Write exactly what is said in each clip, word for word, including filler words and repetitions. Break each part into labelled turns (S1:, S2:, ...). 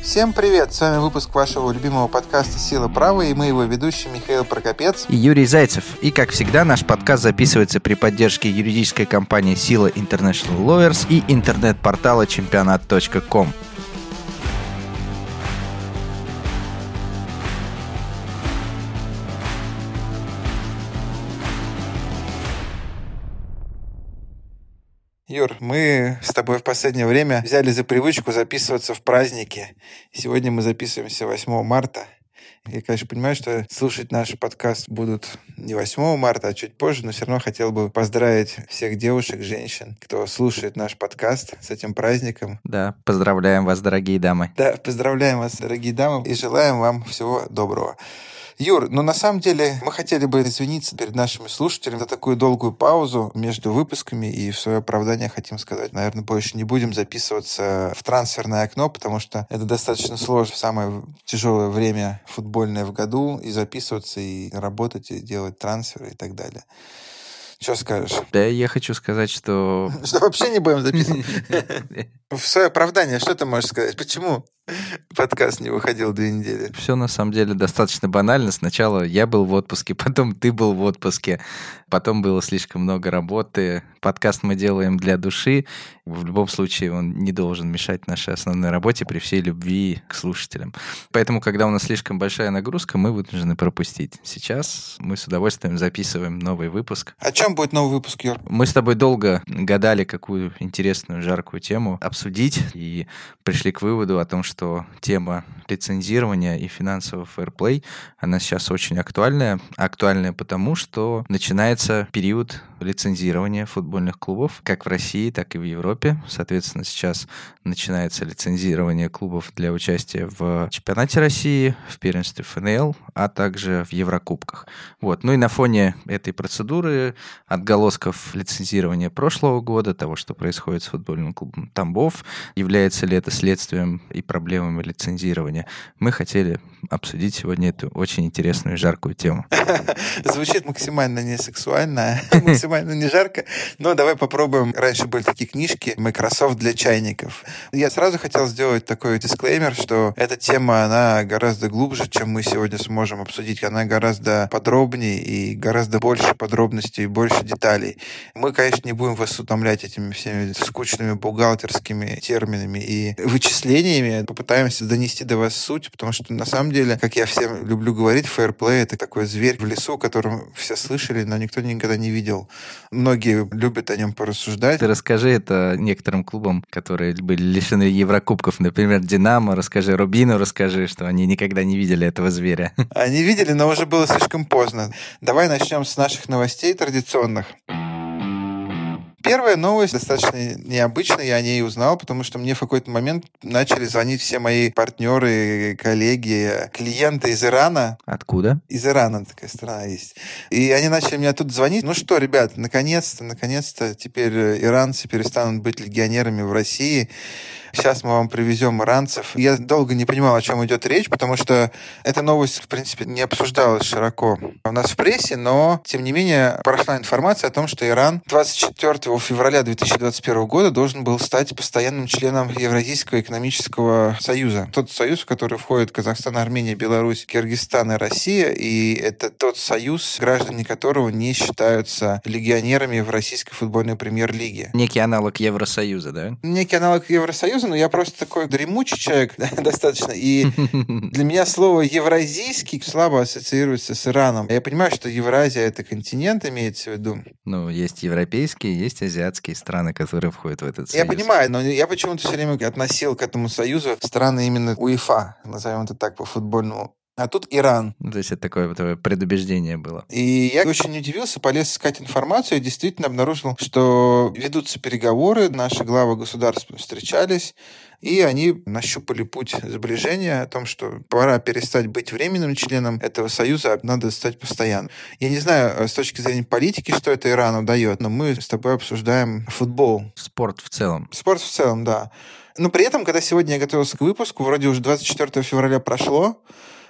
S1: Всем привет! С вами выпуск вашего любимого подкаста «Сила права», и мы его ведущие Михаил Прокопец
S2: и Юрий Зайцев. И, как всегда, наш подкаст записывается при поддержке юридической компании «Сила International Lawyers» и интернет-портала чемпионат точка ком.
S1: Юр, мы с тобой в последнее время взяли за привычку записываться в праздники. Сегодня мы записываемся восьмого марта. Я, конечно, понимаю, что слушать наш подкаст будут не восьмого марта, а чуть позже, но все равно хотел бы поздравить всех девушек, женщин, кто слушает наш подкаст с этим праздником.
S2: Да, поздравляем вас, дорогие дамы.
S1: Да, поздравляем вас, дорогие дамы, и желаем вам всего доброго. Юр, ну на самом деле мы хотели бы извиниться перед нашими слушателями за такую долгую паузу между выпусками, и в свое оправдание хотим сказать, наверное, больше не будем записываться в трансферное окно, потому что это достаточно сложно в самое тяжелое время футбольное в году и записываться, и работать, и делать трансферы и так далее. Что скажешь?
S2: Да, я хочу сказать, что...
S1: Что вообще не будем записывать? В свое оправдание, что ты можешь сказать? Почему подкаст не выходил две недели?
S2: Все на самом деле достаточно банально. Сначала я был в отпуске, потом ты был в отпуске, потом было слишком много работы. Подкаст мы делаем для души. В любом случае он не должен мешать нашей основной работе при всей любви к слушателям. Поэтому, когда у нас слишком большая нагрузка, мы вынуждены пропустить. Сейчас мы с удовольствием записываем новый выпуск.
S1: О чем будет новый выпуск, Юр?
S2: Мы с тобой долго гадали, какую интересную, жаркую тему обсудить, и пришли к выводу о том, что тема лицензирования и финансового фэрплей, она сейчас очень актуальная. Актуальная потому, что начинается период лицензирования футбольных клубов, как в России, так и в Европе. Соответственно, сейчас начинается лицензирование клубов для участия в чемпионате России, в первенстве эф эн эл, а также в Еврокубках. Вот. Ну и на фоне этой процедуры, отголосков лицензирования прошлого года, того, что происходит с футбольным клубом Тамбов, является ли это следствием и проблемами лицензирования, мы хотели обсудить сегодня эту очень интересную и жаркую тему.
S1: Звучит максимально не сексуально, максимально не жарко, но давай попробуем. Раньше были такие книжки «Microsoft для чайников». Я сразу хотел сделать такой дисклеймер, что эта тема, она гораздо глубже, чем мы сегодня сможем обсудить. Она гораздо подробнее и гораздо больше подробностей и больше деталей. Мы, конечно, не будем вас утомлять этими всеми скучными бухгалтерскими терминами и вычислениями. Попытаемся донести до вас суть, потому что на самом деле, как я всем люблю говорить, фэрплей — это такой зверь в лесу, о котором все слышали, но никто никогда не видел. Многие любят о нем порассуждать.
S2: Ты расскажи это некоторым клубам, которые были лишены Еврокубков, например, «Динамо», расскажи, «Рубину» расскажи, что они никогда не видели этого зверя.
S1: Они видели, но уже было слишком поздно. Давай начнем с наших новостей традиционных. Первая новость достаточно необычная, я о ней узнал, потому что мне в какой-то момент начали звонить все мои партнеры, коллеги, клиенты из Ирана.
S2: Откуда?
S1: Из Ирана такая страна есть. И они начали мне оттуда звонить. Ну что, ребят, наконец-то, наконец-то теперь иранцы перестанут быть легионерами в России. Сейчас мы вам привезем иранцев. Я долго не понимал, о чем идет речь, потому что эта новость, в принципе, не обсуждалась широко у нас в прессе, но, тем не менее, прошла информация о том, что Иран двадцать четвёртого февраля две тысячи двадцать первого года должен был стать постоянным членом Евразийского экономического союза. Тот союз, в который входят Казахстан, Армения, Беларусь, Киргизстан и Россия, и это тот союз, граждане которого не считаются легионерами в российской футбольной премьер-лиге.
S2: Некий аналог Евросоюза, да?
S1: Некий аналог Евросоюза, но я просто такой дремучий человек достаточно, и для меня слово «евразийский» слабо ассоциируется с Ираном. Я понимаю, что Евразия — это континент, имеется в виду.
S2: Ну, есть европейские, есть азиатские страны, которые входят в этот союз.
S1: Я понимаю, но я почему-то все время относил к этому союзу страны именно УЕФА, назовем это так по-футбольному. А тут Иран.
S2: То есть это такое вот предубеждение было.
S1: И я очень удивился, полез искать информацию и действительно обнаружил, что ведутся переговоры, наши главы государств встречались, и они нащупали путь сближения о том, что пора перестать быть временным членом этого союза, а надо стать постоянным. Я не знаю, с точки зрения политики, что это Ирану дает, но мы с тобой обсуждаем футбол.
S2: Спорт в целом.
S1: Спорт в целом, да. Но при этом, когда сегодня я готовился к выпуску, вроде уже двадцать четвёртого февраля прошло,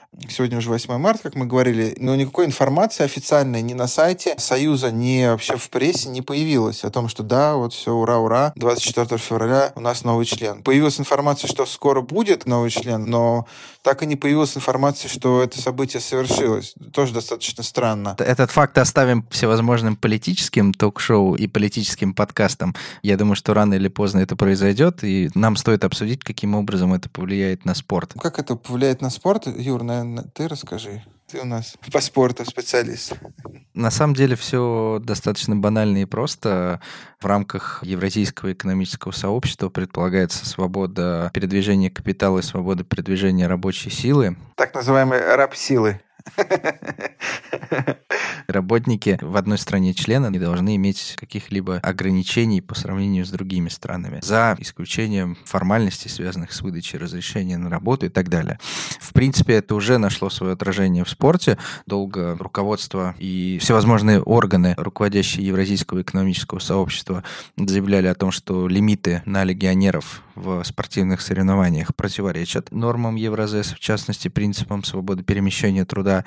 S1: Сегодня уже восьмое марта, как мы говорили, но никакой информации официальной ни на сайте Союза, ни вообще в прессе не появилось о том, что да, вот все, ура, ура, двадцать четвёртого февраля у нас новый член. Появилась информация, что скоро будет новый член, но так и не появилась информация, что это событие совершилось. Тоже достаточно странно.
S2: Этот факт оставим всевозможным политическим ток-шоу и политическим подкастам. Я думаю, что рано или поздно это произойдет, и нам стоит обсудить, каким образом это повлияет на спорт.
S1: Как это повлияет на спорт? Юр, наверное, ты расскажи. Ты у нас по спорту специалист.
S2: На самом деле все достаточно банально и просто. В рамках Евразийского экономического сообщества предполагается свобода передвижения капитала и свобода передвижения рабочей силы.
S1: Так называемые рабсилы.
S2: Работники в одной стране члена не должны иметь каких-либо ограничений по сравнению с другими странами, за исключением формальностей, связанных с выдачей разрешения на работу и так далее. В принципе, это уже нашло свое отражение в спорте. Долго руководство и всевозможные органы, руководящие Евразийского экономического сообщества, заявляли о том, что лимиты на легионеров в спортивных соревнованиях противоречат нормам Евразес, в частности, принципам свободы перемещения труда.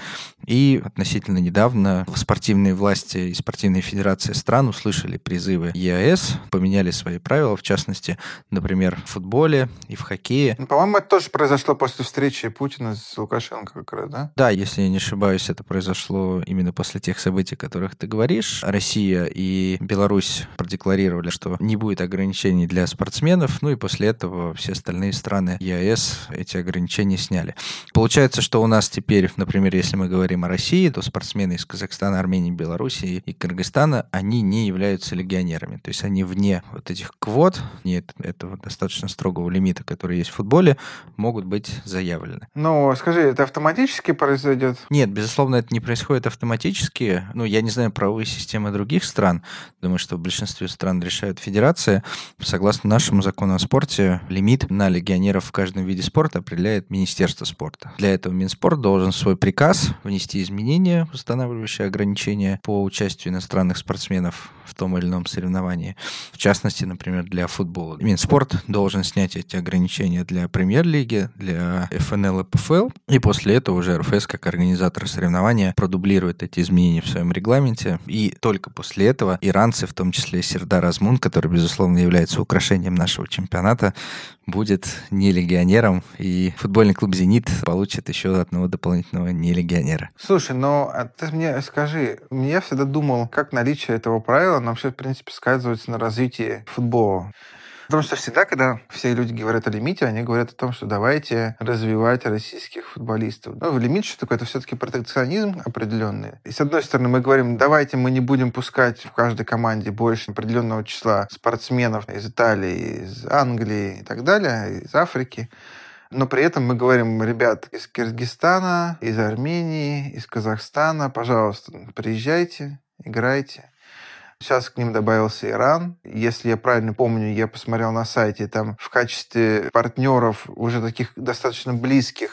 S2: И относительно недавно спортивные власти и спортивные федерации стран услышали призывы ЕАЭС, поменяли свои правила, в частности, например, в футболе и в хоккее.
S1: Ну, по-моему, это тоже произошло после встречи Путина с Лукашенко как раз, да?
S2: Да, если я не ошибаюсь, это произошло именно после тех событий, о которых ты говоришь. Россия и Беларусь продекларировали, что не будет ограничений для спортсменов, ну и после этого все остальные страны ЕАЭС эти ограничения сняли. Получается, что у нас теперь, например, если мы говорим о России, то спортсмены из Казахстана, Армении, Белоруссии и Кыргызстана, они не являются легионерами. То есть они вне вот этих квот, вне этого достаточно строгого лимита, который есть в футболе, могут быть заявлены.
S1: Ну, скажи, это автоматически произойдет?
S2: Нет, безусловно, это не происходит автоматически. Ну, я не знаю правовые системы других стран. Думаю, что в большинстве стран решают федерация. Согласно нашему закону о спорте, лимит на легионеров в каждом виде спорта определяет Министерство спорта. Для этого Минспорт должен в свой приказ внести изменения, устанавливающие ограничения по участию иностранных спортсменов в том или ином соревновании. В частности, например, для футбола. Минспорт должен снять эти ограничения для премьер-лиги, для эф эн эл и пэ эф эл, и после этого уже эр эф эс, как организатор соревнования, продублирует эти изменения в своем регламенте, и только после этого иранцы, в том числе Сердар Азмун, который, безусловно, является украшением нашего чемпионата, будет не легионером, и футбольный клуб «Зенит» получит еще одного дополнительного нелегионера.
S1: Слушай, ну а ты мне скажи, я всегда думал, как наличие этого правила нам вообще, в принципе, сказывается на развитии футбола. Потому что всегда, когда все люди говорят о лимите, они говорят о том, что давайте развивать российских футболистов. Ну, лимит, что такое? Это все-таки протекционизм определенный. И с одной стороны, мы говорим, давайте мы не будем пускать в каждой команде больше определенного числа спортсменов из Италии, из Англии и так далее, из Африки. Но при этом мы говорим, ребят, из Кыргызстана, из Армении, из Казахстана, пожалуйста, приезжайте, играйте. Сейчас к ним добавился Иран. Если я правильно помню, я посмотрел на сайте, там в качестве партнеров уже таких достаточно близких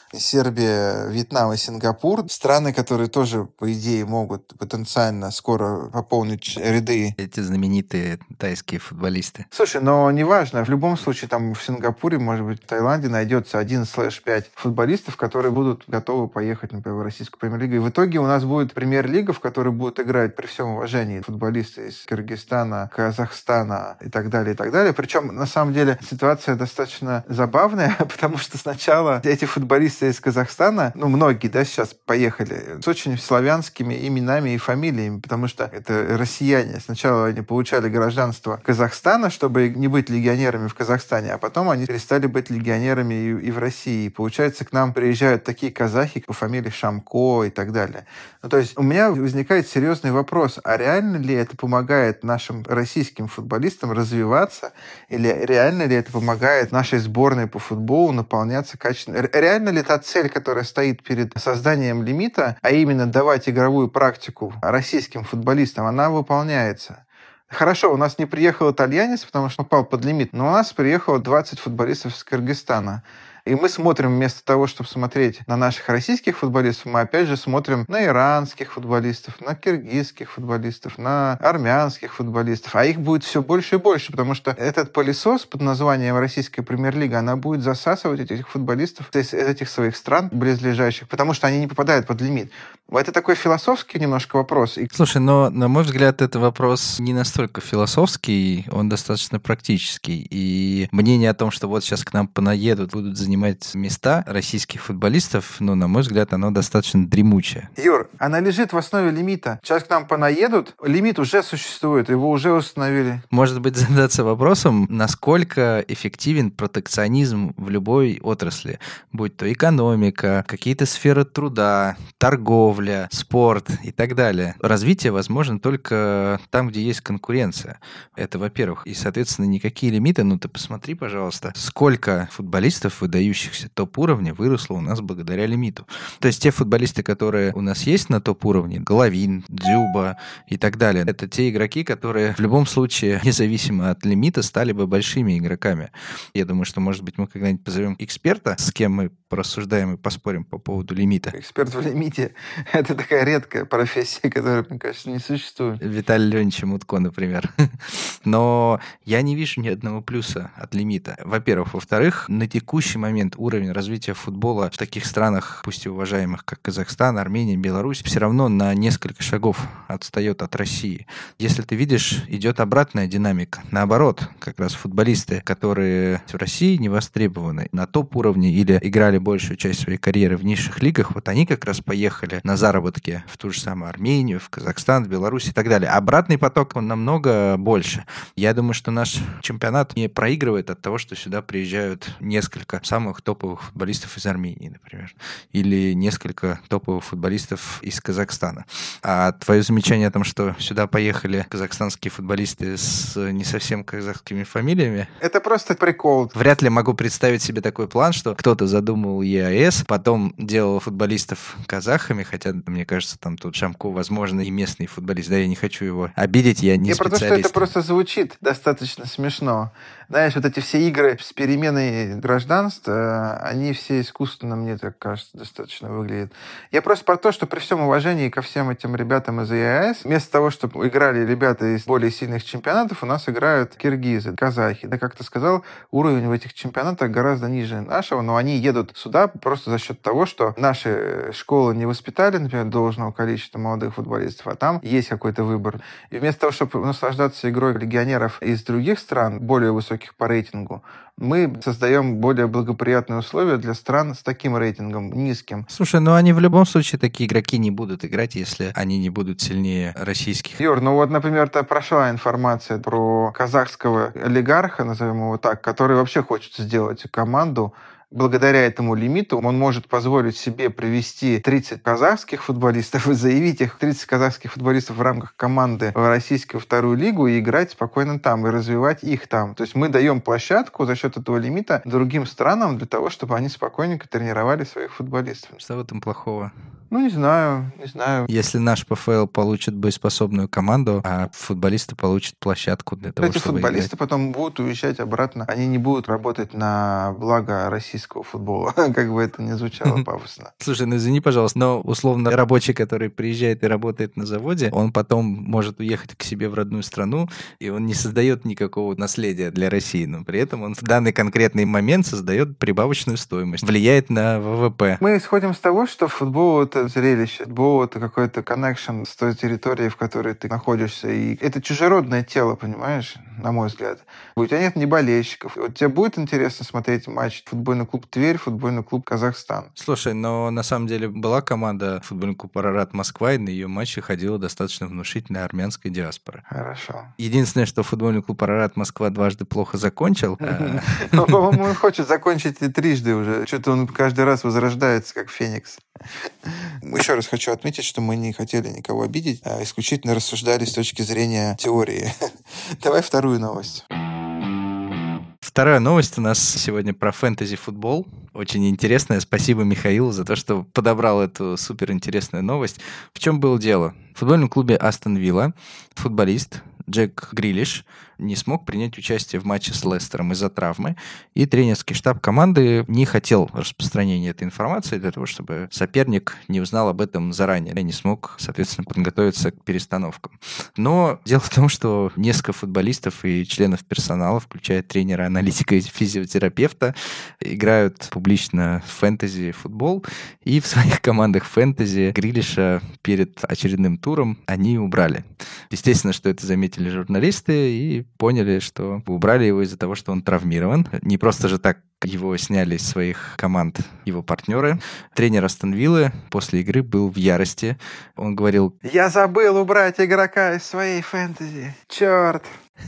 S1: Сербия, Вьетнам и Сингапур. Страны, которые тоже, по идее, могут потенциально скоро пополнить ряды.
S2: Эти знаменитые тайские футболисты.
S1: Слушай, но неважно. В любом случае, там в Сингапуре, может быть, в Таиланде найдется один-пять футболистов, которые будут готовы поехать, например, в российскую премьер-лигу. И в итоге у нас будет премьер-лига, в которой будут играть, при всем уважении, футболисты из Кыргызстана, Казахстана и так далее, и так далее. Причем, на самом деле, ситуация достаточно забавная, потому что сначала эти футболисты из Казахстана, ну, многие, да, сейчас поехали с очень славянскими именами и фамилиями, потому что это россияне. Сначала они получали гражданство Казахстана, чтобы не быть легионерами в Казахстане, а потом они перестали быть легионерами и, и в России. И получается, к нам приезжают такие казахи по фамилии Шамко и так далее. Ну, то есть у меня возникает серьезный вопрос, а реально ли это помогает нашим российским футболистам развиваться, или реально ли это помогает нашей сборной по футболу наполняться качественно? Реально ли та цель, которая стоит перед созданием лимита, а именно давать игровую практику российским футболистам, она выполняется? Хорошо, у нас не приехал итальянец, потому что попал под лимит, но у нас приехало двадцать футболистов из Кыргызстана. И мы смотрим, вместо того, чтобы смотреть на наших российских футболистов, мы опять же смотрим на иранских футболистов, на киргизских футболистов, на армянских футболистов. А их будет все больше и больше, потому что этот пылесос под названием Российская премьер-лига, она будет засасывать этих футболистов из этих своих стран близлежащих, потому что они не попадают под лимит. Это такой философский немножко вопрос.
S2: Слушай, но, на мой взгляд, это вопрос не настолько философский, он достаточно практический. И мнение о том, что вот сейчас к нам понаедут, будут занимать места российских футболистов, ну, на мой взгляд, оно достаточно дремучее.
S1: Юр, она лежит в основе лимита. Сейчас к нам понаедут, лимит уже существует, его уже установили.
S2: Может быть, задаться вопросом, насколько эффективен протекционизм в любой отрасли, будь то экономика, какие-то сферы труда, торговля, спорт и так далее. Развитие возможно только там, где есть конкуренция. Это, во-первых. И, соответственно, никакие лимиты, ну ты посмотри, пожалуйста, сколько футболистов, выдающихся топ-уровня, выросло у нас благодаря лимиту. То есть те футболисты, которые у нас есть на топ-уровне, Головин, Дзюба и так далее, это те игроки, которые в любом случае, независимо от лимита, стали бы большими игроками. Я думаю, что, может быть, мы когда-нибудь позовем эксперта, с кем мы порассуждаем и поспорим по поводу лимита.
S1: Эксперт в лимите — это такая редкая профессия, которая, мне кажется, не существует.
S2: Виталий Леонидович Мутко, например. Но я не вижу ни одного плюса от лимита. Во-первых. Во-вторых, на текущий момент уровень развития футбола в таких странах, пусть и уважаемых, как Казахстан, Армения, Беларусь, все равно на несколько шагов отстает от России. Если ты видишь, идет обратная динамика. Наоборот, как раз футболисты, которые в России не востребованы на топ-уровне или играли большую часть своей карьеры в низших лигах, вот они как раз поехали на заработки в ту же самую Армению, в Казахстан, в Беларусь и так далее. Обратный поток, он намного больше. Я думаю, что наш чемпионат не проигрывает от того, что сюда приезжают несколько самых топовых футболистов из Армении, например, или несколько топовых футболистов из Казахстана. А твое замечание о том, что сюда поехали казахстанские футболисты с не совсем казахскими фамилиями...
S1: Это просто прикол.
S2: Вряд ли могу представить себе такой план, что кто-то задумал ЕАЭС, потом делал футболистов казахами, хотя, мне кажется, там тут Шамко, возможно, и местный футболист. Да, я не хочу его обидеть, я не
S1: я
S2: специалист.
S1: Я про то, что это просто звучит достаточно смешно. Знаешь, вот эти все игры с переменой гражданства, они все искусственно, мне так кажется, достаточно выглядят. Я просто про то, что при всем уважении ко всем этим ребятам из ЕАЭС, вместо того, чтобы играли ребята из более сильных чемпионатов, у нас играют киргизы, казахи. Да, как ты сказал, уровень в этих чемпионатах гораздо ниже нашего, но они едут сюда просто за счет того, что наши школы не воспитали, например, должного количества молодых футболистов, а там есть какой-то выбор. И вместо того, чтобы наслаждаться игрой легионеров из других стран, более высоких по рейтингу, мы создаем более благоприятные условия для стран с таким рейтингом, низким.
S2: Слушай, ну они в любом случае, такие игроки не будут играть, если они не будут сильнее российских.
S1: Юр, ну вот, например, прошла информация про казахского олигарха, назовем его так, который вообще хочет сделать команду. Благодаря этому лимиту он может позволить себе привести тридцать казахских футболистов и заявить их тридцать казахских футболистов в рамках команды в российскую вторую лигу и играть спокойно там, и развивать их там. То есть мы даем площадку за счет этого лимита другим странам для того, чтобы они спокойненько тренировали своих футболистов.
S2: Что в этом плохого?
S1: Ну, не знаю, не знаю.
S2: Если наш ПФЛ получит боеспособную команду, а футболисты получат площадку для того,
S1: Эти
S2: чтобы
S1: футболисты
S2: играть.
S1: потом будут уезжать обратно. Они не будут работать на благо российского футбола, как бы это ни звучало пафосно.
S2: Слушай, ну извини, пожалуйста, но условно рабочий, который приезжает и работает на заводе, он потом может уехать к себе в родную страну, и он не создает никакого наследия для России, но при этом он в данный конкретный момент создает прибавочную стоимость, влияет на ВВП.
S1: Мы исходим с того, что футбол — это зрелище, футбол — это какой-то коннекшн с той территорией, в которой ты находишься, и это чужеродное тело, понимаешь, на мой взгляд. У тебя нет ни болельщиков. Вот тебе будет интересно смотреть матч футбольный клуб Тверь, футбольный клуб Казахстан?
S2: Слушай, но на самом деле была команда футбольный клуб Арарат Москва, и на ее матчи ходила достаточно внушительная армянская диаспора.
S1: Хорошо.
S2: Единственное, что футбольный клуб Арарат Москва дважды плохо закончил.
S1: По-моему, он хочет закончить и трижды уже. Что-то он каждый раз возрождается, как феникс. Еще раз хочу отметить, что мы не хотели никого обидеть, а исключительно рассуждали с точки зрения теории. Давай вторую новость.
S2: Вторая новость у нас сегодня про фэнтези-футбол. Очень интересная. Спасибо Михаилу за то, что подобрал эту суперинтересную новость. В чем было дело? В футбольном клубе Астон Вилла футболист Джек Грилиш не смог принять участие в матче с Лестером из-за травмы, и тренерский штаб команды не хотел распространения этой информации для того, чтобы соперник не узнал об этом заранее и не смог, соответственно, подготовиться к перестановкам. Но дело в том, что несколько футболистов и членов персонала, включая тренера, аналитика и физиотерапевта, играют публично в фэнтези-футбол, и в своих командах фэнтези Грилиша перед очередным туром они убрали. Естественно, что это заметили журналисты и поняли, что убрали его из-за того, что он травмирован. Не просто же так его сняли из своих команд его партнеры. Тренер Астон Виллы после игры был в ярости. Он говорил:
S1: «Я забыл убрать игрока из своей фэнтези. Черт!»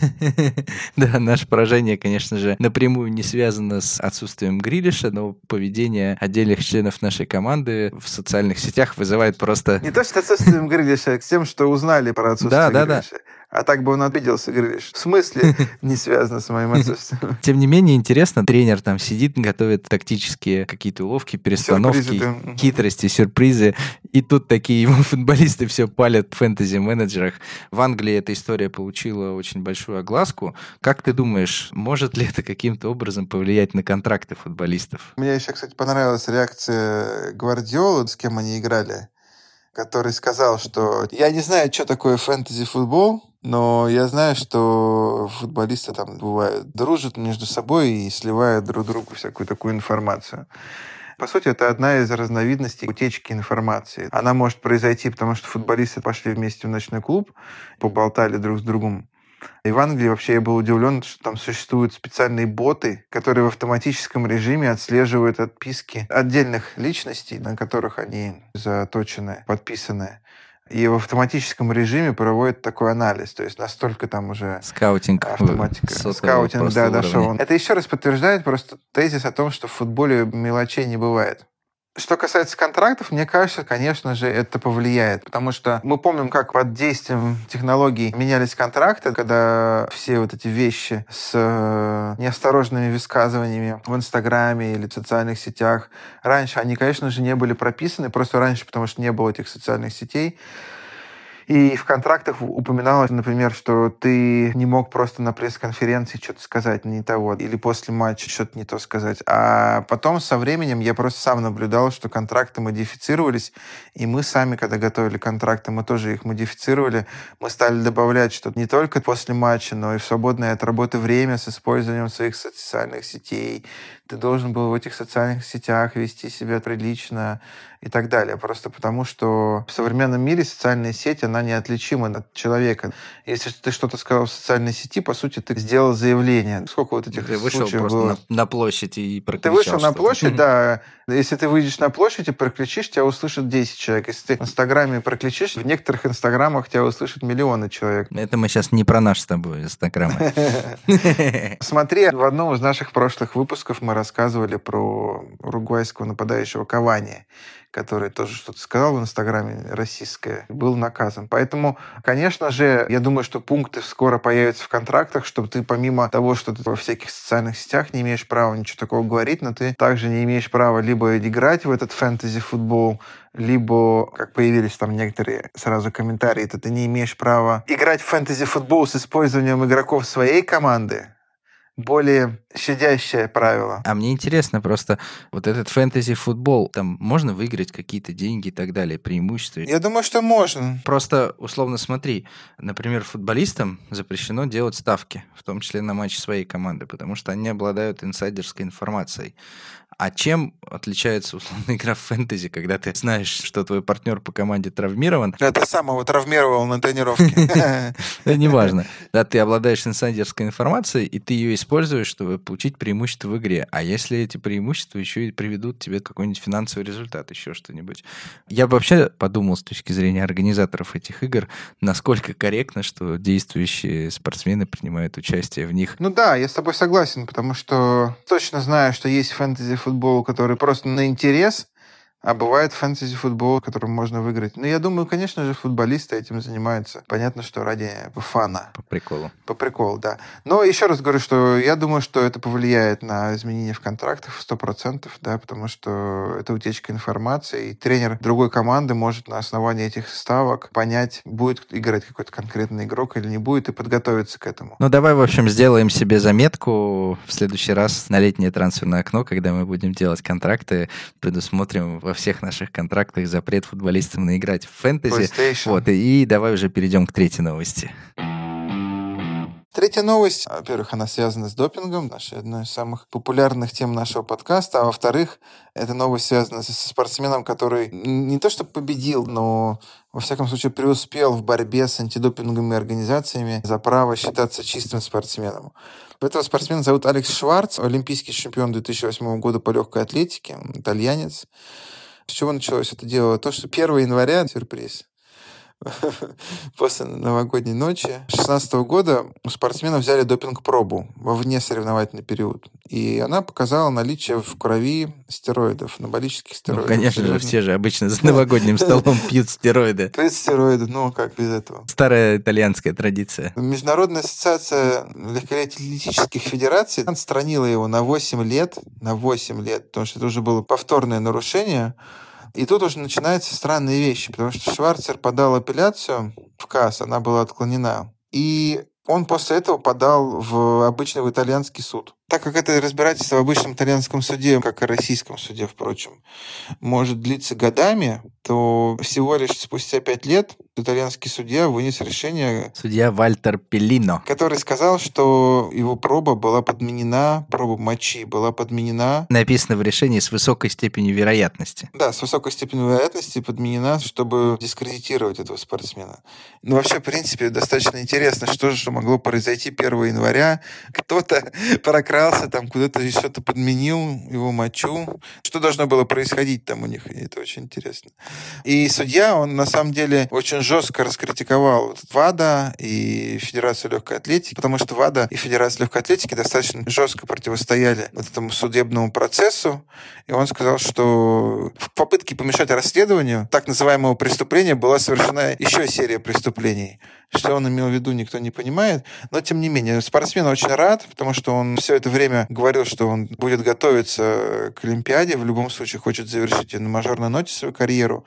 S2: Да, наше поражение, конечно же, напрямую не связано с отсутствием Грилиша, но поведение отдельных членов нашей команды в социальных сетях вызывает просто...
S1: Не то, что отсутствием Грилиша, а с тем, что узнали про отсутствие
S2: да, да,
S1: Грилиша.
S2: Да.
S1: А так бы он обиделся, Грилиш. В смысле не связано с моим отсутствием?
S2: Тем не менее, интересно, тренер там сидит, готовит тактические какие-то уловки, перестановки,
S1: сюрпризы, да.
S2: хитрости, сюрпризы. И тут такие его футболисты все палят в фэнтези-менеджерах. В Англии эта история получила очень большую огласку. Как ты думаешь, может ли это каким-то образом повлиять на контракты футболистов?
S1: Мне еще, кстати, понравилась реакция Гвардиолы, с кем они играли, который сказал, что я не знаю, что такое фэнтези-футбол, но я знаю, что футболисты там бывают, дружат между собой и сливают друг другу всякую такую информацию. По сути, это одна из разновидностей утечки информации. Она может произойти, потому что футболисты пошли вместе в ночной клуб, поболтали друг с другом. И в Англии вообще я был удивлен, что там существуют специальные боты, которые в автоматическом режиме отслеживают отписки отдельных личностей, на которых они заточены, подписаны. И в автоматическом режиме проводят такой анализ. То есть настолько там уже
S2: скаутинг,
S1: автоматика. Скаутинг, да, дошел. Это еще раз подтверждает просто тезис о том, что в футболе мелочей не бывает. Что касается контрактов, мне кажется, конечно же, это повлияет. Потому что мы помним, как под действием технологий менялись контракты, когда все вот эти вещи с неосторожными высказываниями в Инстаграме или в социальных сетях. Раньше они, конечно же, не были прописаны, просто раньше, потому что не было этих социальных сетей. И в контрактах упоминалось, например, что ты не мог просто на пресс-конференции что-то сказать не того, или после матча что-то не то сказать. А потом со временем я просто сам наблюдал, что контракты модифицировались, и мы сами, когда готовили контракты, мы тоже их модифицировали. Мы стали добавлять, что не только после матча, но и в свободное от работы время с использованием своих социальных сетей. Ты должен был в этих социальных сетях вести себя прилично и так далее. Просто потому, что в современном мире социальная сеть, она неотличима от человека. Если ты что-то сказал в социальной сети, по сути, ты сделал заявление. Сколько вот этих
S2: ты
S1: случаев
S2: вышел просто
S1: было?
S2: На, на площадь и прокричал.
S1: Ты вышел
S2: что-то.
S1: на площадь, да. Если ты выйдешь на площадь и прокричишь, тебя услышат десять человек. Если ты в Инстаграме прокричишь, в некоторых Инстаграмах тебя услышат миллионы человек.
S2: Это мы сейчас не про наш с тобой Инстаграм.
S1: Смотри, в одном из наших прошлых выпусков мы рассказывали про уругвайского нападающего Кавани, который тоже что-то сказал в Инстаграме, российское, был наказан. Поэтому, конечно же, я думаю, что пункты скоро появятся в контрактах, чтобы ты помимо того, что ты во всяких социальных сетях не имеешь права ничего такого говорить, но ты также не имеешь права либо играть в этот фэнтези-футбол, либо, как появились там некоторые сразу комментарии, то ты не имеешь права играть в фэнтези-футбол с использованием игроков своей команды. Более щадящее правило.
S2: А мне интересно просто, вот этот фэнтези-футбол, там можно выиграть какие-то деньги и так далее, преимущества?
S1: Я думаю, что можно.
S2: Просто, условно, смотри, например, футболистам запрещено делать ставки, в том числе на матчи своей команды, потому что они обладают инсайдерской информацией. А чем отличается, условно, игра в фэнтези, когда ты знаешь, что твой партнер по команде травмирован?
S1: Я ты сам его травмировал на тренировке.
S2: Неважно. Да, ты обладаешь инсайдерской информацией, и ты ее используешь, чтобы получить преимущество в игре. А если эти преимущества еще и приведут тебе какой-нибудь финансовый результат, еще что-нибудь? Я бы вообще подумал с точки зрения организаторов этих игр, насколько корректно, что действующие спортсмены принимают участие в них.
S1: Ну да, я с тобой согласен, потому что точно знаю, что есть фэнтези-футбол, который просто на интерес, А бывает фэнтези-футбол, которым можно выиграть. Ну, я думаю, конечно же, футболисты этим занимаются. Понятно, что ради фана.
S2: По приколу.
S1: По приколу, да. Но еще раз говорю, что я думаю, что это повлияет на изменения в контрактах в сто процентов, да, потому что это утечка информации, и тренер другой команды может на основании этих ставок понять, будет играть какой-то конкретный игрок или не будет, и подготовиться к этому.
S2: Ну, давай, в общем, сделаем себе заметку в следующий раз на летнее трансферное окно, когда мы будем делать контракты, предусмотрим во всех наших контрактах запрет футболистам наиграть в фэнтези. Вот, и, и давай уже перейдем к третьей новости.
S1: Третья новость. Во-первых, она связана с допингом, нашей одной из самых популярных тем нашего подкаста. А во-вторых, эта новость связана со спортсменом, который не то что победил, но, во всяком случае, преуспел в борьбе с антидопинговыми организациями за право считаться чистым спортсменом. Этого спортсмена зовут Алекс Шварц, олимпийский чемпион две тысячи восьмого года по легкой атлетике, итальянец. С чего началось это дело? То, что первого января, сюрприз, после новогодней ночи две тысячи шестнадцатого года у спортсмена взяли допинг-пробу во внесоревновательный период. И она показала наличие в крови стероидов, анаболических стероидов.
S2: Ну, конечно же, все же обычно за новогодним столом пьют стероиды.
S1: Пьют стероиды, ну как без этого?
S2: Старая итальянская традиция.
S1: Международная ассоциация легкоатлетических федераций отстранила его на восемь лет, на восемь лет, потому что это уже было повторное нарушение. И тут уже начинаются странные вещи, потому что Шварцер подал апелляцию в КАС, она была отклонена. И он после этого подал в обычный в итальянский суд. Так как это разбирательство в обычном итальянском суде, как и российском суде, впрочем, может длиться годами, то всего лишь спустя пять лет итальянский судья вынес решение...
S2: Судья Вальтер Пеллино.
S1: Который сказал, что его проба была подменена, проба мочи была подменена...
S2: Написано в решении с высокой степенью вероятности.
S1: Да, с высокой степенью вероятности подменена, чтобы дискредитировать этого спортсмена. Ну, вообще, в принципе, достаточно интересно, что же могло произойти первого января. Кто-то прокрался там, куда-то что-то подменил его мочу. Что должно было происходить там у них? Это очень интересно. И судья, он на самом деле очень жестко раскритиковал ВАДА и Федерацию легкой атлетики, потому что ВАДА и Федерация легкой атлетики достаточно жестко противостояли вот этому судебному процессу. И он сказал, что в попытке помешать расследованию так называемого преступления была совершена еще серия преступлений. Что он имел в виду, никто не понимает. Но, тем не менее, спортсмен очень рад, потому что он все это время говорил, что он будет готовиться к Олимпиаде, в любом случае хочет завершить на мажорной ноте свою карьеру.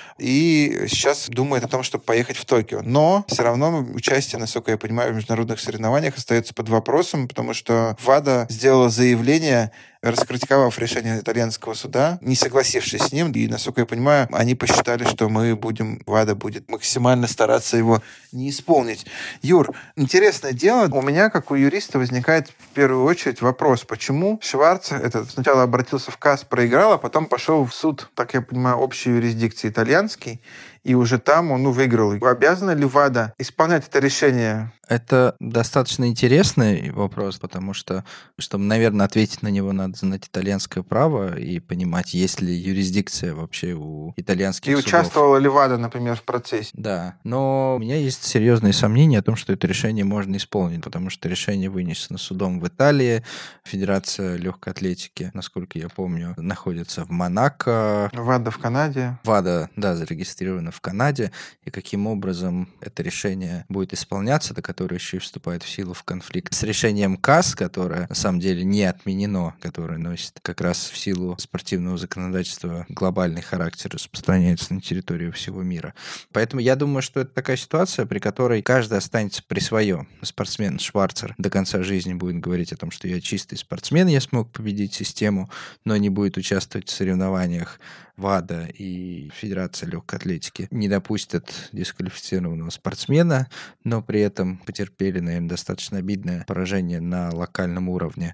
S1: И сейчас думает о том, чтобы поехать в Токио. Но все равно участие, насколько я понимаю, в международных соревнованиях остается под вопросом, потому что ВАДА сделала заявление, раскритиковав решение итальянского суда, не согласившись с ним. И, насколько я понимаю, они посчитали, что мы будем, ВАДА будет максимально стараться его не исполнить. Юр, интересное дело. У меня, как у юриста, возникает в первую очередь вопрос, почему Шварц этот сначала обратился в КАС, проиграл, а потом пошел в суд, так я понимаю, общей юрисдикции итальянский, и уже там он ну, выиграл. Обязана ли ВАДА исполнять это решение?
S2: Это достаточно интересный вопрос, потому что, чтобы, наверное, ответить на него, надо знать итальянское право и понимать, есть ли юрисдикция вообще у итальянских
S1: и
S2: судов.
S1: И участвовала ли ВАДА, например, в процессе?
S2: Да, но у меня есть серьезные сомнения о том, что это решение можно исполнить, потому что решение вынесено судом в Италии, Федерация легкой атлетики, насколько я помню, находится в Монако.
S1: ВАДА в Канаде.
S2: ВАДА, да, зарегистрирована в Канаде, и каким образом это решение будет исполняться, до которое еще и вступает в силу в конфликт с решением КАС, которое на самом деле не отменено, которое носит как раз в силу спортивного законодательства глобальный характер, распространяется на территорию всего мира. Поэтому я думаю, что это такая ситуация, при которой каждый останется при своем. Спортсмен Шварцер до конца жизни будет говорить о том, что я чистый спортсмен, я смог победить систему, но не будет участвовать в соревнованиях. ВАДА и Федерация легкой атлетики не допустят дисквалифицированного спортсмена, но при этом потерпели, наверное, достаточно обидное поражение на локальном уровне.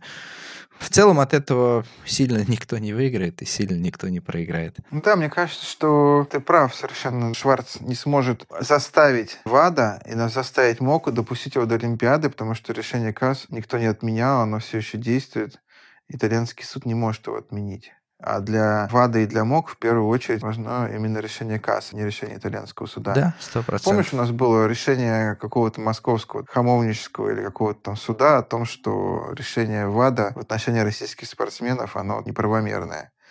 S2: В целом от этого сильно никто не выиграет и сильно никто не проиграет.
S1: Да, мне кажется, что ты прав совершенно. Шварц не сможет заставить ВАДА и заставить МОК допустить его до Олимпиады, потому что решение КАС никто не отменял, оно все еще действует. Итальянский суд не может его отменить. А для ВАДА и для МОК в первую очередь важно именно решение КАС, а не решение итальянского суда.
S2: Да, сто процентов.
S1: Помнишь, у нас было решение какого-то московского, хамовнического или какого-то там суда о том, что решение ВАДА в отношении российских спортсменов, оно неправомерное.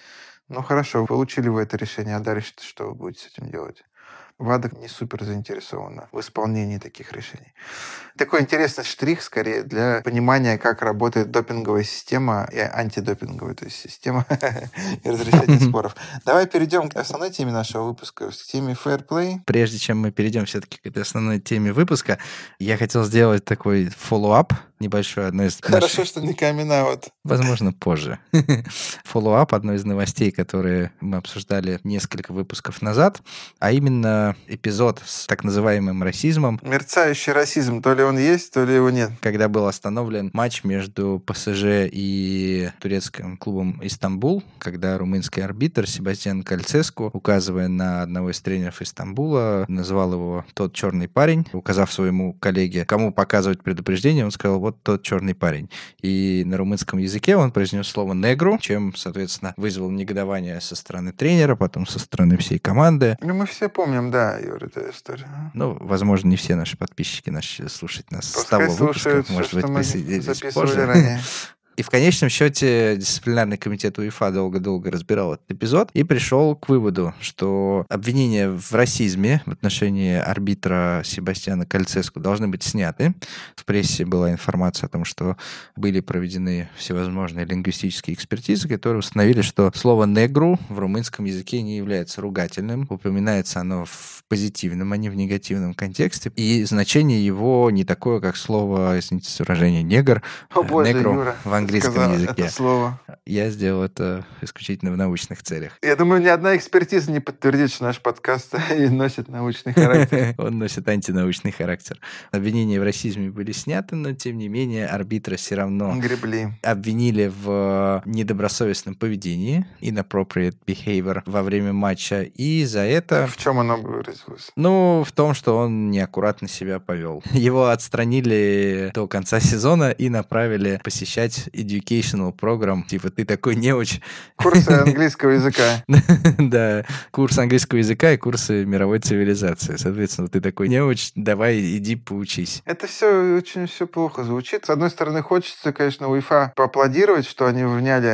S1: Ну хорошо, получили вы это решение, а дальше что вы будете с этим делать? ВАДА не супер заинтересована в исполнении таких решений. Такой интересный штрих, скорее, для понимания, как работает допинговая система и антидопинговая, то есть система и разрешения споров. Давай перейдем к основной теме нашего выпуска, к теме Fair Play.
S2: Прежде чем мы перейдем все-таки к этой основной теме выпуска, я хотел сделать такой follow-up небольшой. Одной из
S1: Хорошо,
S2: наших...
S1: что не камин-аут.
S2: Возможно, позже. Follow-up одной из новостей, которые мы обсуждали несколько выпусков назад, а именно эпизод с так называемым расизмом.
S1: Мерцающий расизм, то ли он есть, то ли его нет.
S2: Когда был остановлен матч между ПСЖ и турецким клубом Истамбул, когда румынский арбитр Себастьян Кальцеску, указывая на одного из тренеров Истамбула, назвал его «тот черный парень», указав своему коллеге, кому показывать предупреждение, он сказал «вот тот черный парень». И на румынском языке он произнес слово «негру», чем, соответственно, вызвал негодование со стороны тренера, потом со стороны всей команды.
S1: Ну, мы все помним, да, Юра, эту историю.
S2: Ну, возможно, не все наши подписчики начали слушать нас с
S1: Пускай
S2: того выпуска,
S1: слушают
S2: может
S1: все,
S2: быть,
S1: что мы
S2: присоединились
S1: записывали
S2: позже.
S1: ранее.
S2: И в конечном счете дисциплинарный комитет УЕФА долго-долго разбирал этот эпизод и пришел к выводу, что обвинения в расизме в отношении арбитра Себастьяна Кальцеску должны быть сняты. В прессе была информация о том, что были проведены всевозможные лингвистические экспертизы, которые установили, что слово «негру» в румынском языке не является ругательным. Упоминается оно в позитивном, а не в негативном контексте. И значение его не такое, как слово, извините за выражение, «негр»,
S1: О, боже,
S2: «негру»
S1: Юра,
S2: в английском
S1: сказал
S2: языке.
S1: это слово.
S2: Я сделал это исключительно в научных целях.
S1: Я думаю, ни одна экспертиза не подтвердит, что наш подкаст носит научный характер.
S2: Он носит антинаучный характер. Обвинения в расизме были сняты, но, тем не менее, арбитра все равно
S1: Гребли.
S2: обвинили в недобросовестном поведении, inappropriate behavior, во время матча, и за это...
S1: В чем оно выразилось?
S2: Ну, в том, что он неаккуратно себя повел. Его отстранили до конца сезона и направили посещать educational program, типа ты такой неуч.
S1: Курсы английского языка.
S2: Да, курс английского языка и курсы мировой цивилизации. Соответственно, ты такой неуч, давай иди поучись.
S1: Это все очень все плохо звучит. С одной стороны, хочется, конечно, УЕФА поаплодировать, что они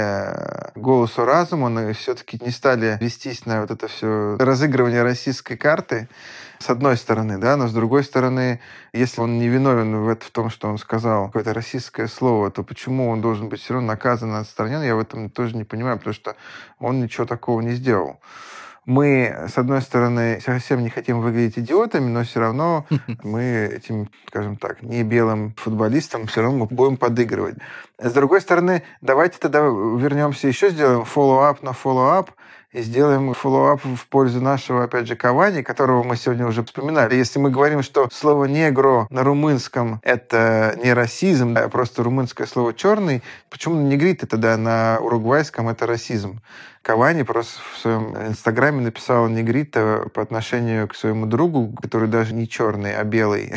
S1: вняли голосу разума, но все-таки не стали вестись на вот это все разыгрывание российской карты. С одной стороны, да, но с другой стороны, если он не виновен в, это, в том, что он сказал какое-то российское слово, то почему он должен быть все равно наказан и отстранен, я в этом тоже не понимаю, потому что он ничего такого не сделал. Мы, с одной стороны, совсем не хотим выглядеть идиотами, но все равно мы этим, скажем так, не белым футболистам все равно мы будем подыгрывать. С другой стороны, давайте тогда вернемся еще, сделаем follow-up на follow-up, и сделаем фоллоуап в пользу нашего, опять же, Кавани, которого мы сегодня уже вспоминали. Если мы говорим, что слово «негро» на румынском — это не расизм, а просто румынское слово «черный», почему на негрите тогда на уругвайском это расизм? Кавани просто в своем инстаграме написал негрита по отношению к своему другу, который даже не черный, а белый.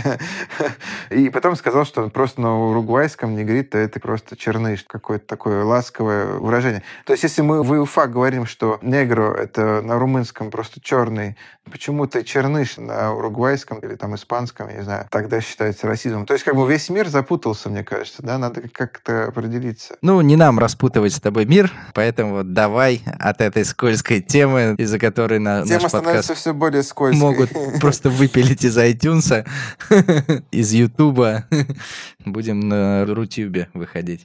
S1: И потом сказал, что просто на уругвайском негрита это просто черныш. Какое-то такое ласковое выражение. То есть, если мы в УЕФА говорим, что негро это на румынском просто черный, почему-то черныш на уругвайском или там испанском, я не знаю, тогда считается расизмом. То есть, как бы весь мир запутался, мне кажется, да, надо как-то определиться.
S2: Ну, не нам распутывать с тобой мир, поэтому вот давай от этой скользкой темы, из-за которой на,
S1: Тема
S2: наш
S1: становится
S2: подкаст
S1: все более скользкой.
S2: могут просто выпилить из iTunes, из Ютуба. Будем на Рутюбе выходить.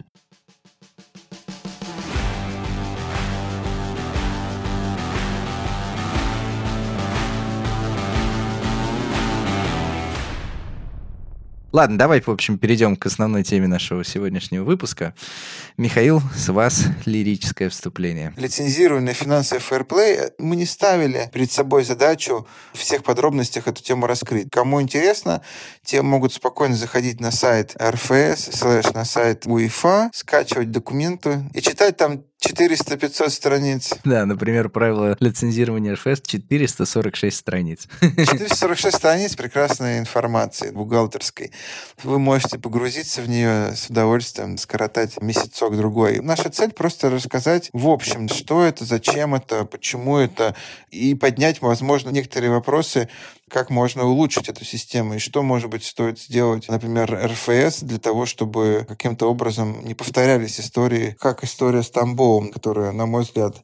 S2: Ладно, давай, в общем, перейдем к основной теме нашего сегодняшнего выпуска. Михаил, с вас лирическое вступление.
S1: Лицензированный финансовый фэрплей. Мы не ставили перед собой задачу в всех подробностях эту тему раскрыть. Кому интересно, те могут спокойно заходить на сайт эр эф эс, слэш на сайт УЕФА, скачивать документы и читать там четыреста-пятьсот страниц.
S2: Да, например, правило лицензирования эр эф эс четыреста сорок шесть страниц.
S1: четыреста сорок шесть страниц прекрасной информации бухгалтерской. Вы можете погрузиться в нее с удовольствием, скоротать месяцок-другой. Наша цель просто рассказать в общем, что это, зачем это, почему это, и поднять, возможно, некоторые вопросы, как можно улучшить эту систему, и что, может быть, стоит сделать, например, эр эф эс для того, чтобы каким-то образом не повторялись истории, как история с Тамбовом, которая, на мой взгляд,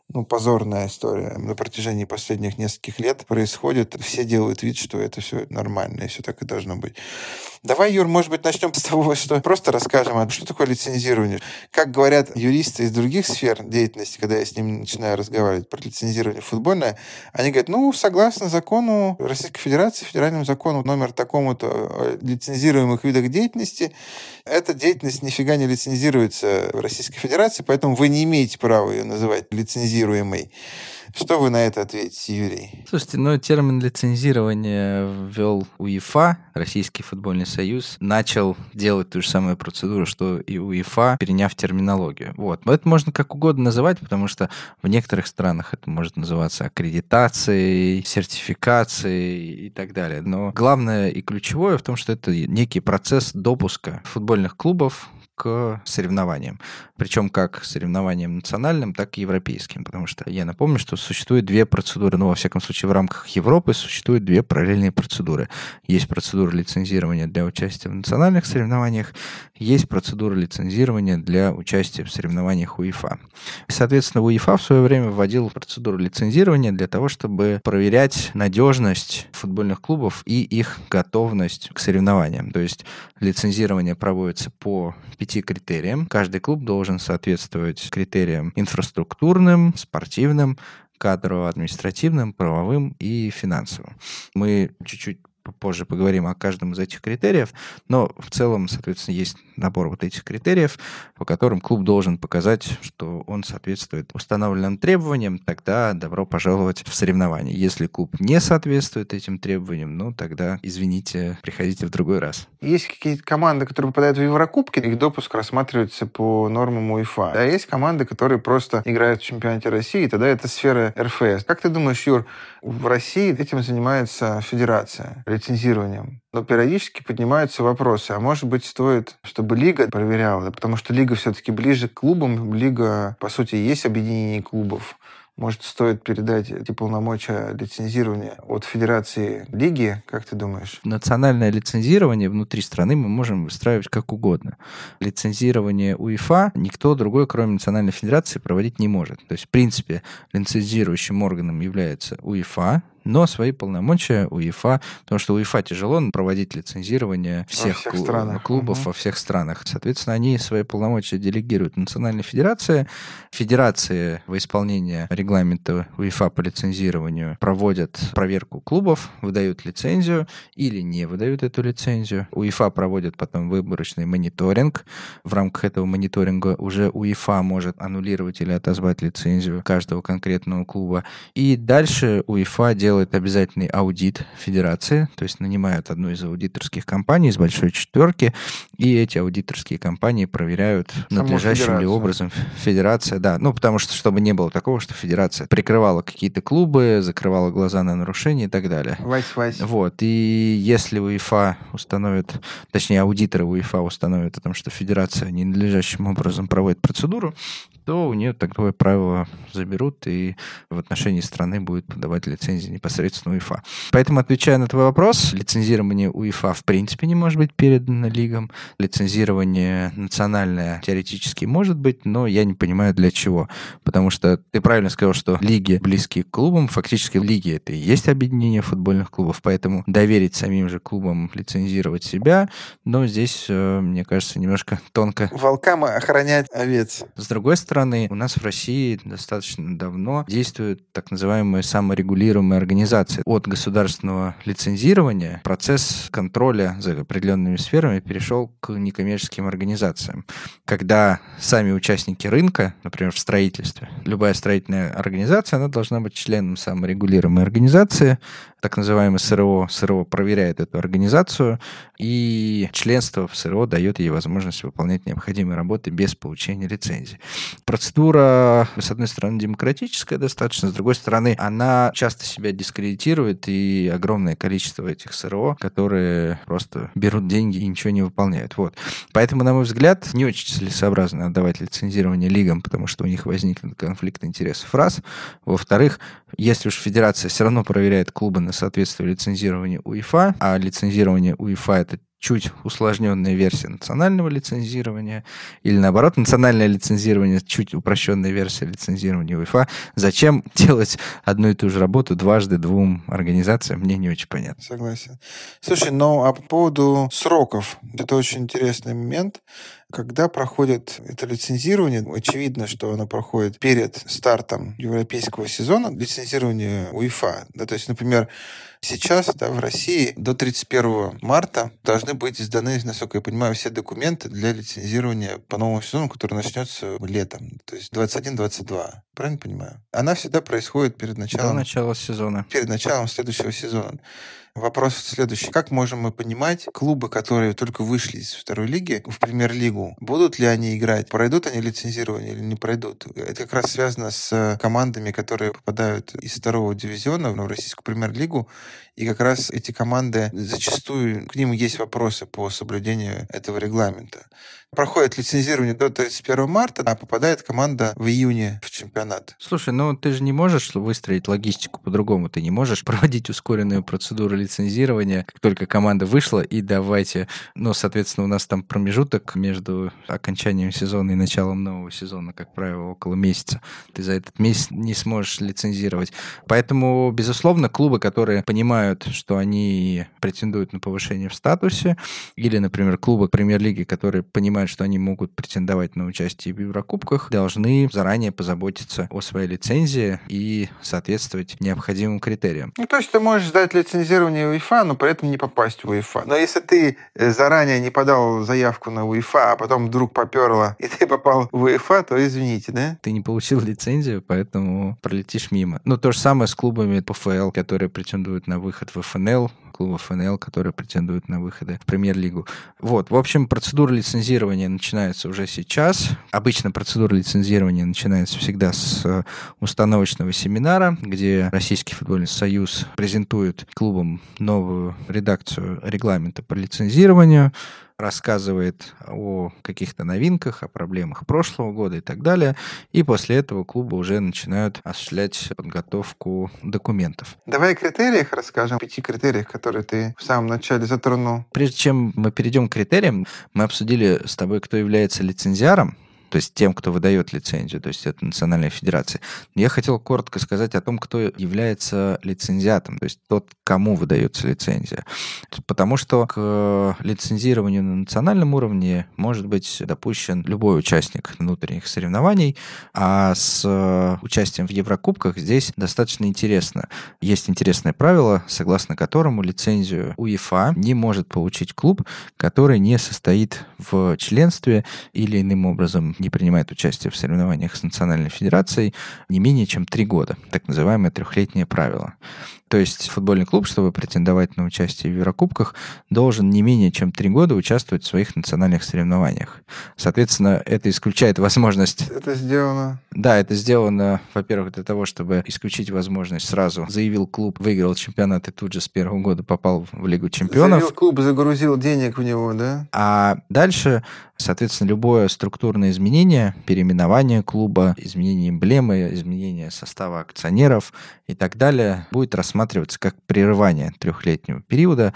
S1: ну, позорная история на протяжении последних нескольких лет происходит. Все делают вид, что это все нормально, и все так и должно быть. Давай, Юр, может быть, начнем с того, что просто расскажем, а что такое лицензирование. Как говорят юристы из других сфер деятельности, когда я с ними начинаю разговаривать про лицензирование футбольное, они говорят, ну, согласно закону Российской Федерации, федеральному закону номер такому-то о лицензируемых видах деятельности, эта деятельность нифига не лицензируется в Российской Федерации, поэтому вы не имеете права ее называть лицензируемой. Что вы на это ответите, Юрий?
S2: Слушайте, ну, термин лицензирования ввел УЕФА, Российский футбольный союз, начал делать ту же самую процедуру, что и УЕФА, переняв терминологию. Вот. Но это можно как угодно называть, потому что в некоторых странах это может называться аккредитацией, сертификацией и так далее. Но главное и ключевое в том, что это некий процесс допуска футбольных клубов к соревнованиям. Причем как соревнованиям национальным, так и европейским. Потому что я напомню, что существует две процедуры. Ну, во всяком случае, в рамках Европы существует две параллельные процедуры. Есть процедура лицензирования для участия в национальных соревнованиях, есть процедура лицензирования для участия в соревнованиях УЕФА. И, соответственно, УЕФА в свое время вводил процедуру лицензирования для того, чтобы проверять надежность футбольных клубов и их готовность к соревнованиям. То есть лицензирование проводится по пяти критериям. Каждый клуб должен соответствовать критериям инфраструктурным, спортивным, кадрово-административным, правовым и финансовым. Мы чуть-чуть позже поговорим о каждом из этих критериев, но в целом, соответственно, есть набор вот этих критериев, по которым клуб должен показать, что он соответствует установленным требованиям, тогда добро пожаловать в соревнования. Если клуб не соответствует этим требованиям, ну тогда, извините, приходите в другой раз.
S1: Есть какие-то команды, которые попадают в Еврокубки, их допуск рассматривается по нормам УЕФА. А есть команды, которые просто играют в чемпионате России, и тогда это сфера эр эф эс. Как ты думаешь, Юр, в России этим занимается федерация, лицензированием? Но периодически поднимаются вопросы, а может быть стоит, чтобы лига проверяла, потому что лига все-таки ближе к клубам, лига, по сути, есть объединение клубов. Может, стоит передать эти полномочия лицензирования от Федерации лиги, как ты думаешь?
S2: Национальное лицензирование внутри страны мы можем выстраивать как угодно. Лицензирование УЕФА никто другой, кроме Национальной Федерации, проводить не может. То есть, в принципе, лицензирующим органом является УЕФА, но свои полномочия УЕФА, потому что УЕФА тяжело проводить лицензирование всех,
S1: всех
S2: клуб, клубов угу. во всех странах. Соответственно, они свои полномочия делегируют Национальной Федерации. Федерации во исполнение регламента УЕФА по лицензированию проводят проверку клубов, выдают лицензию или не выдают эту лицензию. УЕФА проводит потом выборочный мониторинг. В рамках этого мониторинга уже УЕФА может аннулировать или отозвать лицензию каждого конкретного клуба. И дальше УЕФА делает обязательный аудит федерации, то есть нанимают одну из аудиторских компаний из большой четверки, и эти аудиторские компании проверяют
S1: саму
S2: надлежащим
S1: федерацию.
S2: ли образом федерация, да, ну потому что чтобы не было такого, что федерация прикрывала какие-то клубы, закрывала глаза на нарушения и так далее.
S1: Вась-вась.
S2: Вот, и если УЕФА установит, точнее аудиторы УЕФА установят о том, что федерация ненадлежащим образом проводит процедуру, то у нее такое правило заберут, и в отношении страны будет подавать лицензии непосредственно УЕФА. Поэтому, отвечая на твой вопрос, лицензирование УЕФА в принципе не может быть передано лигам. Лицензирование национальное теоретически может быть, но я не понимаю для чего. Потому что ты правильно сказал, что лиги близкие к клубам, фактически лиги это и есть объединение футбольных клубов, поэтому доверить самим же клубам лицензировать себя, но здесь, мне кажется, немножко тонко.
S1: Волкам охранять овец.
S2: С другой стороны, у нас в России достаточно давно действуют так называемые саморегулируемые организации. От государственного лицензирования процесс контроля за определенными сферами перешел к некоммерческим организациям. Когда сами участники рынка, например, в строительстве, любая строительная организация, она должна быть членом саморегулируемой организации, так называемый СРО. СРО проверяет эту организацию, и членство в СРО дает ей возможность выполнять необходимые работы без получения лицензии. Процедура, с одной стороны, демократическая достаточно, с другой стороны, она часто себя дискредитирует, и огромное количество этих СРО, которые просто берут деньги и ничего не выполняют. Вот. Поэтому, на мой взгляд, не очень целесообразно отдавать лицензирование лигам, потому что у них возникнет конфликт интересов, раз. Во-вторых, если уж федерация все равно проверяет клубы на соответствие лицензированию УЕФА, а лицензирование УЕФА — это чуть усложненная версия национального лицензирования, или наоборот, национальное лицензирование, чуть упрощенная версия лицензирования УЕФА. Зачем делать одну и ту же работу дважды двум организациям, мне не очень понятно.
S1: Согласен. Слушай, ну а по поводу сроков, это очень интересный момент. Когда проходит это лицензирование, очевидно, что оно проходит перед стартом европейского сезона, лицензирование УЕФА. Да, то есть, например, сейчас да, в России до тридцать первого марта должны быть сданы, насколько я понимаю, все документы для лицензирования по новому сезону, который начнется летом, то есть двадцать один двадцать два. Правильно понимаю? Она всегда происходит перед началом...
S2: До начала сезона.
S1: Перед началом следующего сезона. Вопрос следующий. Как можем мы понимать, клубы, которые только вышли из второй лиги в премьер-лигу, будут ли они играть, пройдут они лицензирование или не пройдут? Это как раз связано с командами, которые попадают из второго дивизиона в российскую премьер-лигу, и как раз эти команды, зачастую к ним есть вопросы по соблюдению этого регламента. Проходит лицензирование до тридцать первого марта, а попадает команда в июне в чемпионат.
S2: Слушай, ну ты же не можешь выстроить логистику по-другому. Ты не можешь проводить ускоренную процедуру лицензирования, как только команда вышла, и давайте... Ну, соответственно, у нас там промежуток между окончанием сезона и началом нового сезона, как правило, около месяца. Ты за этот месяц не сможешь лицензировать. Поэтому, безусловно, клубы, которые понимают, что они претендуют на повышение в статусе, или, например, клубы премьер-лиги, которые понимают, что они могут претендовать на участие в Еврокубках, должны заранее позаботиться о своей лицензии и соответствовать необходимым критериям.
S1: Ну, то есть ты можешь сдать лицензирование УЕФА, но при этом не попасть в УЕФА. Но если ты заранее не подал заявку на УЕФА, а потом вдруг поперло, и ты попал в УЕФА, то извините, да?
S2: Ты не получил лицензию, поэтому пролетишь мимо. Ну, то же самое с клубами ПФЛ, которые претендуют на выход в ФНЛ, клубов ФНЛ, которые претендуют на выходы в премьер-лигу. Вот, в общем, процедура лицензирования начинается уже сейчас. Обычно процедура лицензирования начинается всегда с установочного семинара, где Российский футбольный союз презентует клубам новую редакцию регламента по лицензированию, рассказывает о каких-то новинках, о проблемах прошлого года и так далее. И после этого клубы уже начинают осуществлять подготовку документов.
S1: Давай о критериях расскажем, пяти критериях, которые ты в самом начале затронул.
S2: Прежде чем мы перейдем к критериям, мы обсудили с тобой, кто является лицензиаром, то есть тем, кто выдает лицензию, то есть это Национальная федерация. Я хотел коротко сказать о том, кто является лицензиатом, то есть тот, кому выдается лицензия. Потому что к лицензированию на национальном уровне может быть допущен любой участник внутренних соревнований, а с участием в Еврокубках здесь достаточно интересно. Есть интересное правило, согласно которому лицензию УЕФА не может получить клуб, который не состоит в членстве или иным образом не принимает участие в соревнованиях с Национальной федерацией не менее чем три года. Так называемое трехлетнее правило. То есть футбольный клуб, чтобы претендовать на участие в Еврокубках, должен не менее чем три года участвовать в своих национальных соревнованиях. Соответственно, это исключает возможность...
S1: Это сделано?
S2: Да, это сделано, во-первых, для того, чтобы исключить возможность сразу. Заявил клуб, выиграл чемпионат и тут же с первого года попал в Лигу чемпионов.
S1: Заявил клуб, загрузил денег в него, да?
S2: А дальше, соответственно, любое структурное изменение, переименование клуба, изменение эмблемы, изменение состава акционеров и так далее будет рассматриваться как прерывание трехлетнего периода,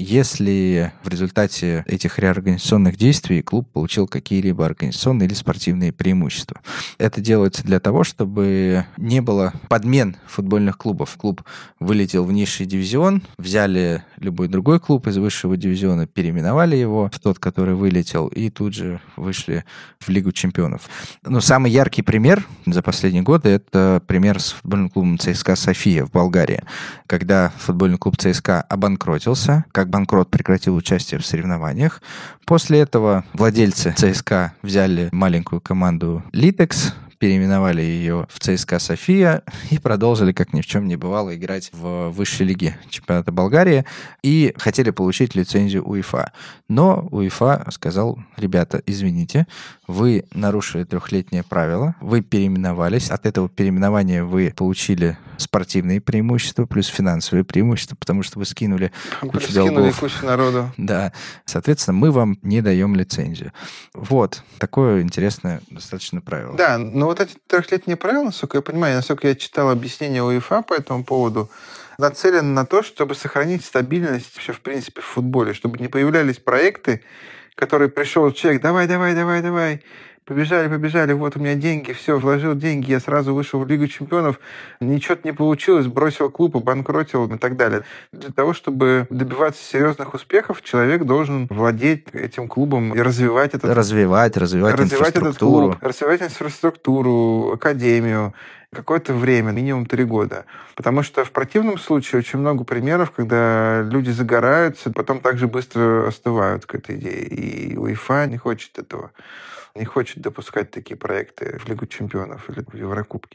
S2: если в результате этих реорганизационных действий клуб получил какие-либо организационные или спортивные преимущества. Это делается для того, чтобы не было подмен футбольных клубов. Клуб вылетел в низший дивизион, взяли любой другой клуб из высшего дивизиона, переименовали его в тот, который вылетел, и тут же вышли в Лигу чемпионов. Но самый яркий пример за последние годы — это пример с футбольным клубом ЦСКА «София» в Болгарии, когда футбольный клуб ЦСКА обанкротился, как банкрот прекратил участие в соревнованиях. После этого владельцы ЦСКА взяли маленькую команду «Литекс», переименовали ее в ЦСКА «София» и продолжили, как ни в чем не бывало, играть в высшей лиге чемпионата Болгарии и хотели получить лицензию УЕФА. Но УЕФА сказал: ребята, извините, вы нарушили трехлетнее правило, вы переименовались, от этого переименования вы получили спортивные преимущества плюс финансовые преимущества, потому что вы скинули кучу долгов.
S1: Кучу народу.
S2: Да. Соответственно, мы вам не даем лицензию. Вот. Такое интересное достаточно правило.
S1: Да, но вот эти трехлетние правила, насколько я понимаю, насколько я читал объяснение УЕФА по этому поводу, нацелена на то, чтобы сохранить стабильность вообще, в принципе, в футболе, чтобы не появлялись проекты, которые пришел человек, давай, давай, давай, давай, побежали, побежали, вот у меня деньги, все, вложил деньги, я сразу вышел в Лигу чемпионов, ничего не получилось, бросил клуб, обанкротил и так далее. Для того, чтобы добиваться серьезных успехов, человек должен владеть этим клубом и развивать этот...
S2: Развивать, развивать,
S1: развивать
S2: инфраструктуру.
S1: Этот клуб, развивать инфраструктуру, академию, какое-то время, минимум три года. Потому что в противном случае очень много примеров, когда люди загораются, потом также быстро остывают к этой идее. И УЕФА не хочет этого. Не хочет допускать такие проекты в Лигу чемпионов или в Еврокубке.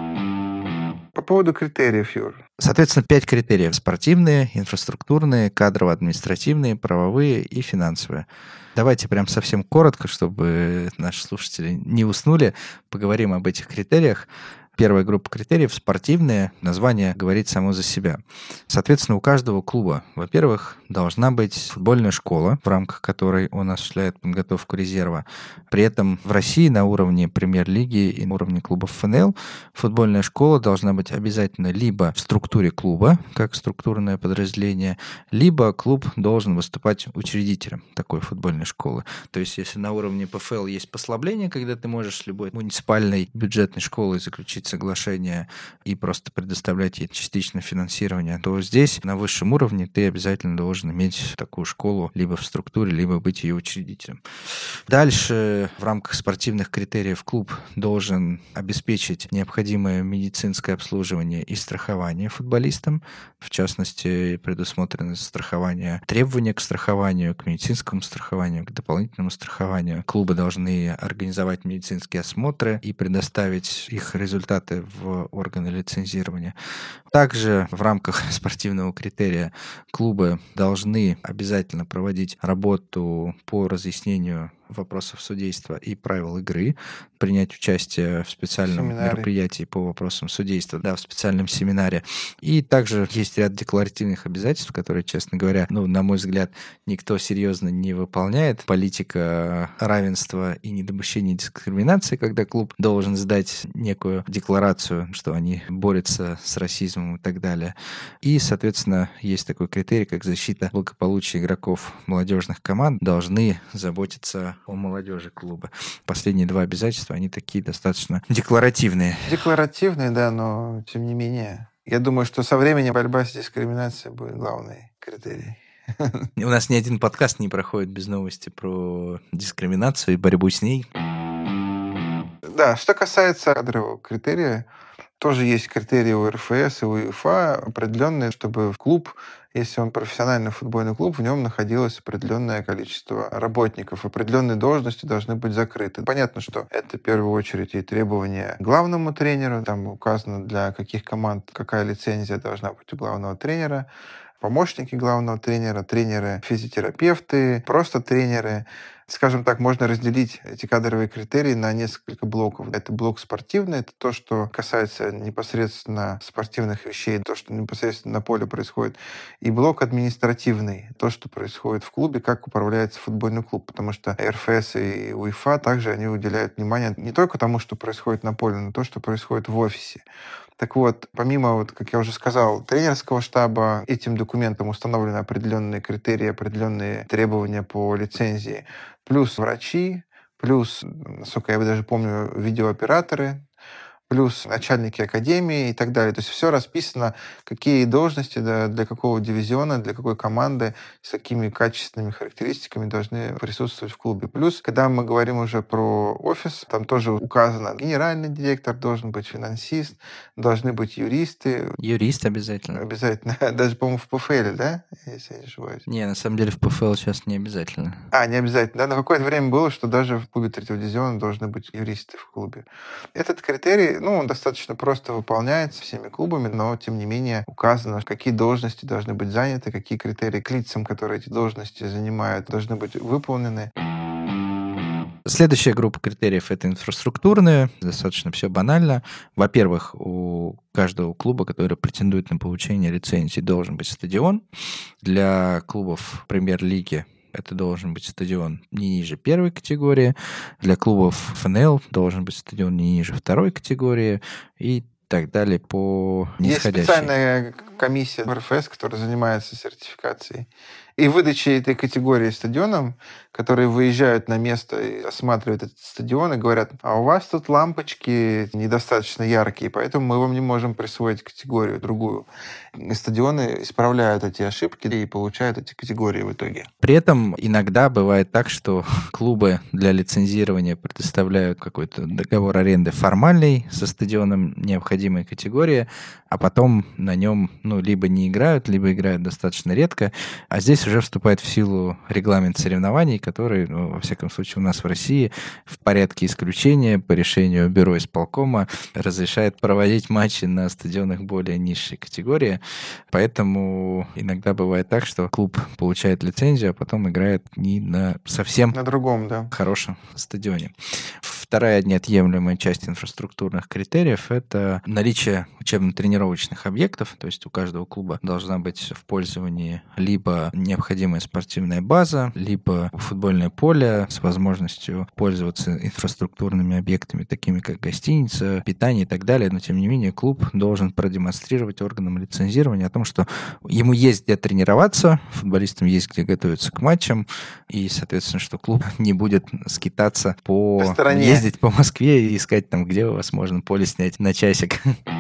S1: По поводу критериев, Юр.
S2: Соответственно, пять критериев. Спортивные, инфраструктурные, кадрово-административные, правовые и финансовые. Давайте прям совсем коротко, чтобы наши слушатели не уснули, поговорим об этих критериях. Первая группа критериев – спортивные. Название говорит само за себя. Соответственно, у каждого клуба, во-первых, должна быть футбольная школа, в рамках которой он осуществляет подготовку резерва. При этом в России на уровне премьер-лиги и на уровне клубов эф эн эл футбольная школа должна быть обязательно либо в структуре клуба, как структурное подразделение, либо клуб должен выступать учредителем такой футбольной школы. То есть, если на уровне пэ эф эл есть послабление, когда ты можешь с любой муниципальной бюджетной школой заключить соглашение и просто предоставлять ей частичное финансирование, то здесь на высшем уровне ты обязательно должен иметь такую школу либо в структуре, либо быть ее учредителем. Дальше в рамках спортивных критериев клуб должен обеспечить необходимое медицинское обслуживание и страхование футболистам. В частности, предусмотрено страхование, требования к страхованию, к медицинскому страхованию, к дополнительному страхованию. Клубы должны организовать медицинские осмотры и предоставить их результаты в органы лицензирования. Также в рамках спортивного критерия клубы должны обязательно проводить работу по разъяснению вопросов судейства и правил игры, принять участие в специальном
S1: Семинаре.
S2: мероприятии по вопросам судейства, да, в специальном семинаре. И также есть ряд декларативных обязательств, которые, честно говоря, ну, на мой взгляд, никто серьезно не выполняет. Политика равенства и недопущения дискриминации, когда клуб должен сдать некую декларацию, что они борются с расизмом и так далее. И, соответственно, есть такой критерий, как защита благополучия игроков молодежных команд, должны заботиться о молодежи клуба. Последние два обязательства, они такие достаточно декларативные.
S1: Декларативные, да, но тем не менее. Я думаю, что со временем борьба с дискриминацией будет главный критерий.
S2: У нас ни один подкаст не проходит без новости про дискриминацию и борьбу с ней.
S1: Да, что касается кадрового критерия, тоже есть критерии у эр эф эс и у УЕФА определенные, чтобы в клуб, если он профессиональный футбольный клуб, в нем находилось определенное количество работников, определенные должности должны быть закрыты. Понятно, что это в первую очередь и требования к главному тренеру, там указано, для каких команд какая лицензия должна быть у главного тренера, помощники главного тренера, тренеры, физиотерапевты, просто тренеры. Скажем так, можно разделить эти кадровые критерии на несколько блоков. Это блок спортивный, это то, что касается непосредственно спортивных вещей, то, что непосредственно на поле происходит. И блок административный, то, что происходит в клубе, как управляется футбольный клуб. Потому что эр эф эс и УЕФА также они уделяют внимание не только тому, что происходит на поле, но то, что происходит в офисе. Так вот, помимо, вот, как я уже сказал, тренерского штаба, этим документом установлены определенные критерии, определенные требования по лицензии, плюс врачи, плюс, насколько я даже помню, видеооператоры, плюс начальники академии и так далее. То есть все расписано, какие должности для, для какого дивизиона, для какой команды, с какими качественными характеристиками должны присутствовать в клубе. Плюс, когда мы говорим уже про офис, там тоже указано, генеральный директор должен быть, финансист, должны быть юристы.
S2: Юрист обязательно.
S1: Обязательно. Даже, по-моему, в пэ эф эл, да? Если я не ошибаюсь.
S2: Не, на самом деле в пэ эф эл сейчас не обязательно.
S1: А, не обязательно. Да, на какое-то время было, что даже в клубе третьего дивизиона должны быть юристы в клубе. Этот критерий, ну, он достаточно просто выполняется всеми клубами, но, тем не менее, указано, какие должности должны быть заняты, какие критерии к лицам, которые эти должности занимают, должны быть выполнены.
S2: Следующая группа критериев – это инфраструктурные. Достаточно все банально. Во-первых, у каждого клуба, который претендует на получение лицензии, должен быть стадион. Для клубов премьер-лиги это должен быть стадион не ниже первой категории. Для клубов эф эн эл должен быть стадион не ниже второй категории. И так далее по нисходящей.
S1: Есть специальная комиссия эр эф эс, которая занимается сертификацией и выдачей этой категории стадионам, которые выезжают на место и осматривают этот стадион и говорят: а у вас тут лампочки недостаточно яркие, поэтому мы вам не можем присвоить категорию другую. И стадионы исправляют эти ошибки и получают эти категории в итоге.
S2: При этом иногда бывает так, что клубы для лицензирования предоставляют какой-то договор аренды формальный со стадионом необходимой категории, а потом на нем ну, либо не играют, либо играют достаточно редко. А здесь уже вступает в силу регламент соревнований, который, ну, во всяком случае, у нас в России в порядке исключения по решению бюро исполкома разрешает проводить матчи на стадионах более низшей категории. Поэтому иногда бывает так, что клуб получает лицензию, а потом играет не на совсем
S1: на другом, да.
S2: хорошем стадионе. Вторая неотъемлемая часть инфраструктурных критериев – это наличие учебно-тренировочных объектов, то есть у каждого клуба должна быть в пользовании либо необходимая спортивная база, либо футбольное поле с возможностью пользоваться инфраструктурными объектами, такими как гостиница, питание и так далее, но тем не менее клуб должен продемонстрировать органам лицензирования о том, что ему есть где тренироваться, футболистам есть где готовиться к матчам, и, соответственно, что клуб не будет скитаться по,
S1: по стороне.
S2: Ездить по Москве и искать там, где у вас можно поле снять на часик.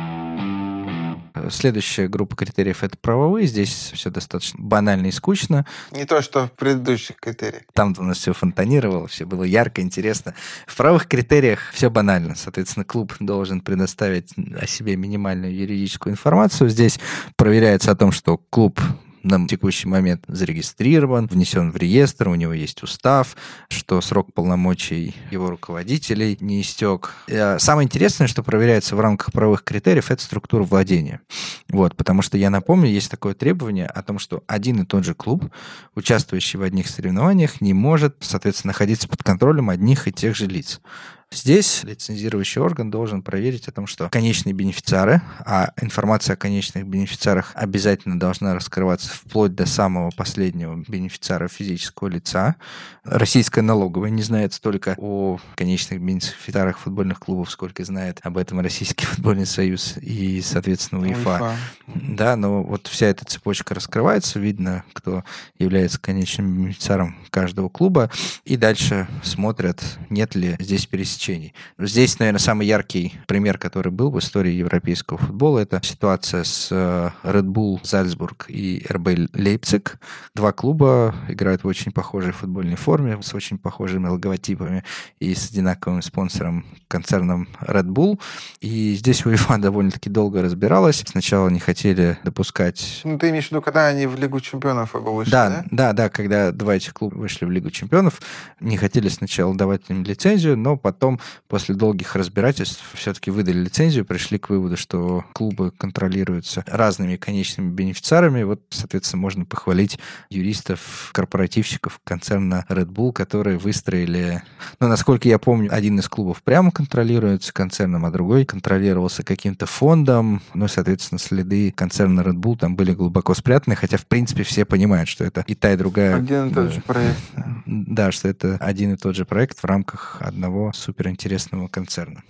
S2: Следующая группа критериев – это правовые. Здесь все достаточно банально и скучно.
S1: Не то, что в предыдущих критериях.
S2: Там у нас все фонтанировало, все было ярко, интересно. В правовых критериях все банально. Соответственно, клуб должен предоставить о себе минимальную юридическую информацию. Здесь проверяется о том, что клуб на текущий момент зарегистрирован, внесен в реестр, у него есть устав, что срок полномочий его руководителей не истек. Самое интересное, что проверяется в рамках правовых критериев, это структура владения. Вот, потому что, я напомню, есть такое требование о том, что один и тот же клуб, участвующий в одних соревнованиях, не может, соответственно, находиться под контролем одних и тех же лиц. Здесь лицензирующий орган должен проверить о том, что конечные бенефициары, а информация о конечных бенефициарах обязательно должна раскрываться вплоть до самого последнего бенефициара физического лица. Российская налоговая не знает столько о конечных бенефициарах футбольных клубов, сколько знает об этом Российский футбольный союз и, соответственно, УЕФА. УЕФА. Да, но вот вся эта цепочка раскрывается, видно, кто является конечным бенефициаром каждого клуба, и дальше смотрят, нет ли здесь пересечения. Здесь, наверное, самый яркий пример, который был в истории европейского футбола, это ситуация с Red Bull Зальцбург и эр бэ Лейпциг. Два клуба играют в очень похожей футбольной форме, с очень похожими логотипами и с одинаковым спонсором, концерном Red Bull. И здесь УЕФА довольно-таки долго разбиралась. Сначала не хотели допускать...
S1: Ну, ты имеешь в виду, когда они в Лигу чемпионов оба вышли,
S2: да?
S1: Да,
S2: да, да, когда два этих клуба вышли в Лигу чемпионов, не хотели сначала давать им лицензию, но потом после долгих разбирательств все-таки выдали лицензию, пришли к выводу, что клубы контролируются разными конечными бенефициарами. Вот, соответственно, можно похвалить юристов, корпоративщиков концерна Red Bull, которые выстроили... Ну, насколько я помню, один из клубов прямо контролируется концерном, а другой контролировался каким-то фондом. Ну, соответственно, следы концерна Red Bull там были глубоко спрятаны, хотя, в принципе, все понимают, что это и та, и другая...
S1: Один и тот же проект.
S2: Да, что это один и тот же проект в рамках одного супер интересного концерна.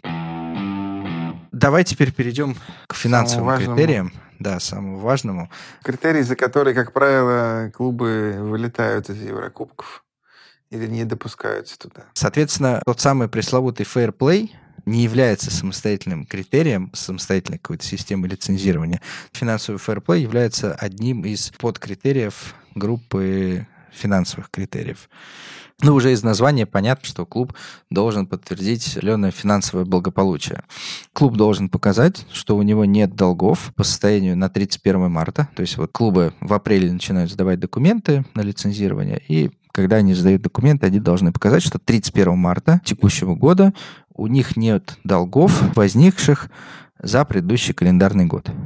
S2: Давай теперь перейдем к финансовым критериям. Да, самому важному.
S1: Критерий, за который, как правило, клубы вылетают из Еврокубков или не допускаются туда.
S2: Соответственно, тот самый пресловутый fair play не является самостоятельным критерием, самостоятельной какой-то системой лицензирования. Финансовый fair play является одним из подкритериев группы финансовых критериев. Ну, уже из названия понятно, что клуб должен подтвердить определенное финансовое благополучие. Клуб должен показать, что у него нет долгов по состоянию на тридцать первое марта. То есть вот клубы в апреле начинают сдавать документы на лицензирование, и когда они сдают документы, они должны показать, что тридцать первого марта текущего года у них нет долгов, возникших за предыдущий календарный год.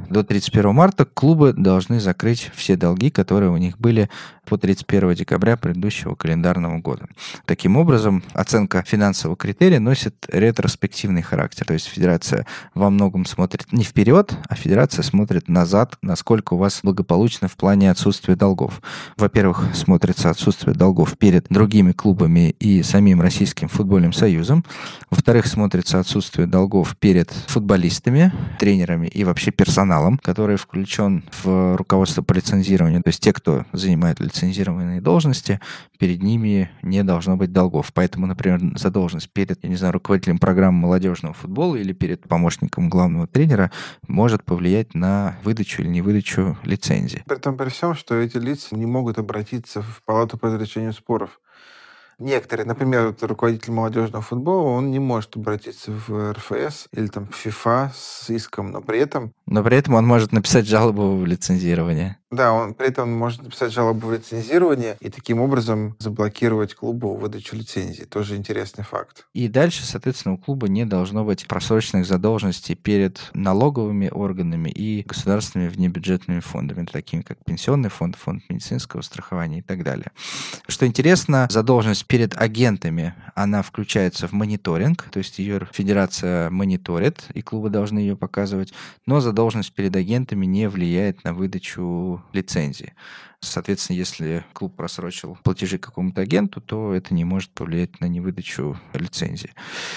S2: до тридцать первого марта клубы должны закрыть все долги, которые у них были по тридцать первого декабря предыдущего календарного года. Таким образом, оценка финансового критерия носит ретроспективный характер. То есть федерация во многом смотрит не вперед, а федерация смотрит назад, насколько у вас благополучно в плане отсутствия долгов. Во-первых, смотрится отсутствие долгов перед другими клубами и самим Российским футбольным союзом. Во-вторых, смотрится отсутствие долгов перед футболистами, тренерами и вообще персоналом, который включен в руководство по лицензированию. То есть те, кто занимает лицензированные должности, перед ними не должно быть долгов. Поэтому, например, задолженность перед, я не знаю, руководителем программы молодежного футбола или перед помощником главного тренера может повлиять на выдачу или невыдачу лицензии.
S1: При том, при всем, что эти лица не могут обратиться в палату по разрешению споров. Некоторые, например, вот руководитель молодежного футбола, он не может обратиться в эр эф эс или там в ФИФА с иском, но при этом...
S2: Но при этом он может написать жалобу в лицензирование.
S1: Да, он при этом может написать жалобу в лицензирование и таким образом заблокировать клубу выдачу лицензии. Тоже интересный факт.
S2: И дальше, соответственно, у клуба не должно быть просроченных задолженностей перед налоговыми органами и государственными внебюджетными фондами, такими как Пенсионный фонд, фонд медицинского страхования и так далее. Что интересно, задолженность перед агентами, она включается в мониторинг, то есть ее федерация мониторит, и клубы должны ее показывать, но задолженность перед агентами не влияет на выдачу лицензии. Соответственно, если клуб просрочил платежи какому-то агенту, то это не может повлиять на невыдачу лицензии.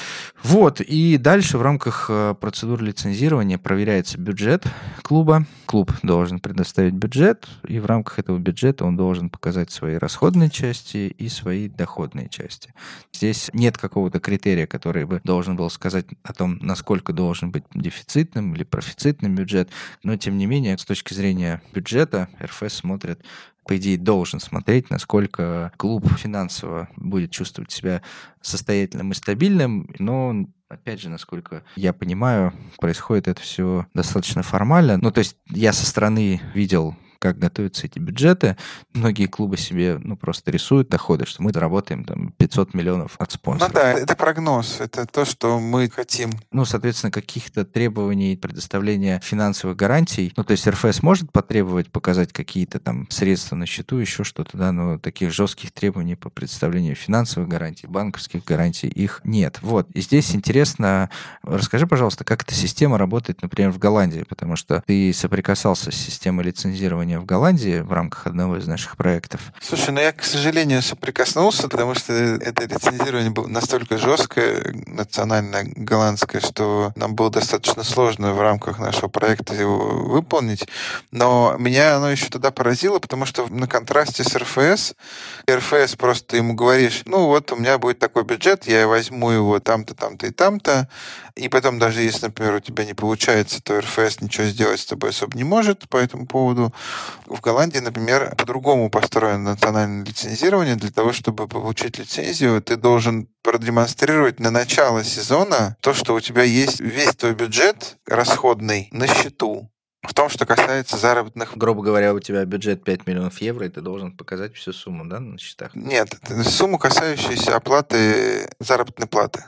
S2: Вот, и дальше в рамках процедуры лицензирования проверяется бюджет клуба. Клуб должен предоставить бюджет, и в рамках этого бюджета он должен показать свои расходные части и свои доходные части. Здесь нет какого-то критерия, который бы должен был сказать о том, насколько должен быть дефицитным или профицитным бюджет, но тем не менее, с точки зрения бюджета, эр эф эс смотрит, по идее, должен смотреть, насколько клуб финансово будет чувствовать себя состоятельным и стабильным, но, опять же, насколько я понимаю, происходит это все достаточно формально. Ну, то есть я со стороны видел, как готовятся эти бюджеты. Многие клубы себе ну, просто рисуют доходы, что мы заработаем там пятьсот миллионов от спонсоров.
S1: Ну да, это прогноз, это то, что мы хотим.
S2: Ну, соответственно, каких-то требований предоставления финансовых гарантий. Ну, то есть эр эф эс может потребовать показать какие-то там средства на счету, еще что-то, да, но таких жестких требований по предоставлению финансовых гарантий, банковских гарантий, их нет. Вот. И здесь интересно, расскажи, пожалуйста, как эта система работает, например, в Голландии, потому что ты соприкасался с системой лицензирования в Голландии в рамках одного из наших проектов.
S1: Слушай, ну я, к сожалению, соприкоснулся, потому что это лицензирование было настолько жесткое, национальное голландское, что нам было достаточно сложно в рамках нашего проекта его выполнить. Но меня оно еще тогда поразило, потому что на контрасте с эр эф эс, эр эф эс просто ты ему говоришь, ну вот у меня будет такой бюджет, я возьму его там-то, там-то и там-то, и потом даже если, например, у тебя не получается, то эр эф эс ничего сделать с тобой особо не может по этому поводу. В Голландии, например, по-другому построено национальное лицензирование. Для того, чтобы получить лицензию, ты должен продемонстрировать на начало сезона то, что у тебя есть весь твой бюджет расходный на счету. В том, что касается заработных...
S2: Грубо говоря, у тебя бюджет пять миллионов евро, и ты должен показать всю сумму, да, на счетах?
S1: Нет, сумму, касающуюся оплаты заработной платы.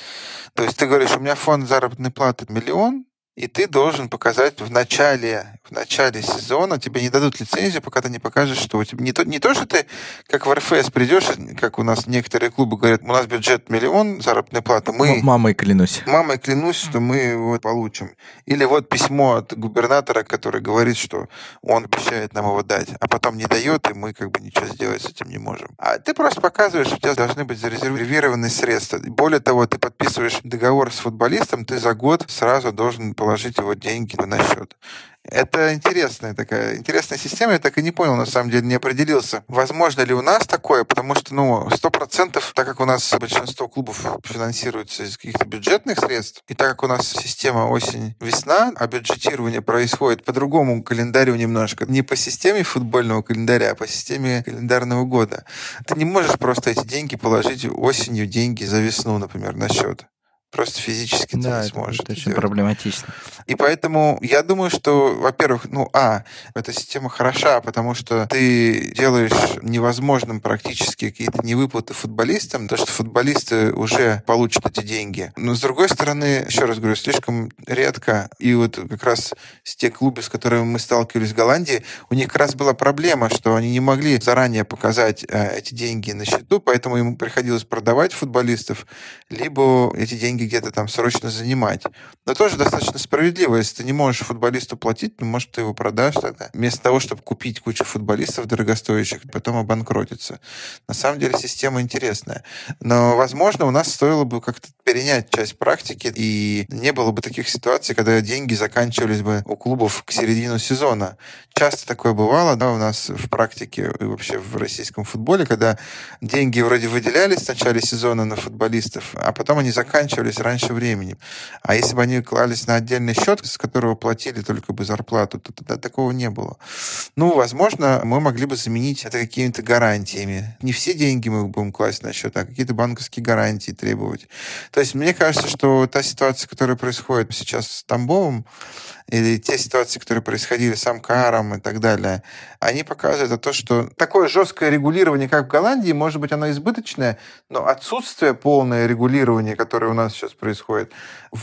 S1: То есть ты говоришь, у меня фонд заработной платы миллион, и ты должен показать в начале, в начале сезона, тебе не дадут лицензию, пока ты не покажешь, что у тебя... Не то, не то, что ты, как в эр эф эс придешь, как у нас некоторые клубы говорят, у нас бюджет миллион заработной платы, мы...
S2: Мамой клянусь.
S1: Мамой клянусь, что мы его получим. Или вот письмо от губернатора, который говорит, что он обещает нам его дать, а потом не дает, и мы как бы ничего сделать с этим не можем. А ты просто показываешь, что у тебя должны быть зарезервированы средства. Более того, ты подписываешь договор с футболистом, ты за год сразу должен положить его деньги на счет. Это интересная такая, интересная система. Я так и не понял, на самом деле, не определился. Возможно ли у нас такое? Потому что, ну, сто процентов, так как у нас большинство клубов финансируется из каких-то бюджетных средств, и так как у нас система осень-весна, а бюджетирование происходит по другому календарю немножко, не по системе футбольного календаря, а по системе календарного года, ты не можешь просто эти деньги положить осенью, деньги за весну, например, на счет. Просто физически ты
S2: Да,
S1: не
S2: это
S1: сможешь
S2: будет
S1: это
S2: очень
S1: делать.
S2: проблематично.
S1: И поэтому я думаю, что, во-первых, ну, а, эта система хороша, потому что ты делаешь невозможным практически какие-то невыплаты футболистам, то, что футболисты уже получат эти деньги. Но, с другой стороны, еще раз говорю, слишком редко, и вот как раз с те клубы, с которыми мы сталкивались в Голландии, у них как раз была проблема, что они не могли заранее показать э, эти деньги на счету, поэтому им приходилось продавать футболистов, либо эти деньги где-то там срочно занимать. Но тоже достаточно справедливо. Если ты не можешь футболисту платить, ну, может, ты его продашь тогда. Вместо того, чтобы купить кучу футболистов дорогостоящих, потом обанкротиться. На самом деле система интересная. Но, возможно, у нас стоило бы как-то перенять часть практики, и не было бы таких ситуаций, когда деньги заканчивались бы у клубов к середину сезона. Часто такое бывало, да, у нас в практике и вообще в российском футболе, когда деньги вроде выделялись в начале сезона на футболистов, а потом они заканчивались раньше времени. А если бы они клались на отдельный счет, с которого платили только бы зарплату, то тогда такого не было. Ну, возможно, мы могли бы заменить это какими-то гарантиями. Не все деньги мы будем класть на счет, а какие-то банковские гарантии требовать. То есть мне кажется, что та ситуация, которая происходит сейчас с Тамбовым, или те ситуации, которые происходили с Амкаром и так далее, они показывают то, что такое жесткое регулирование, как в Голландии, может быть, оно избыточное, но отсутствие полное регулирования, которое у нас сейчас происходит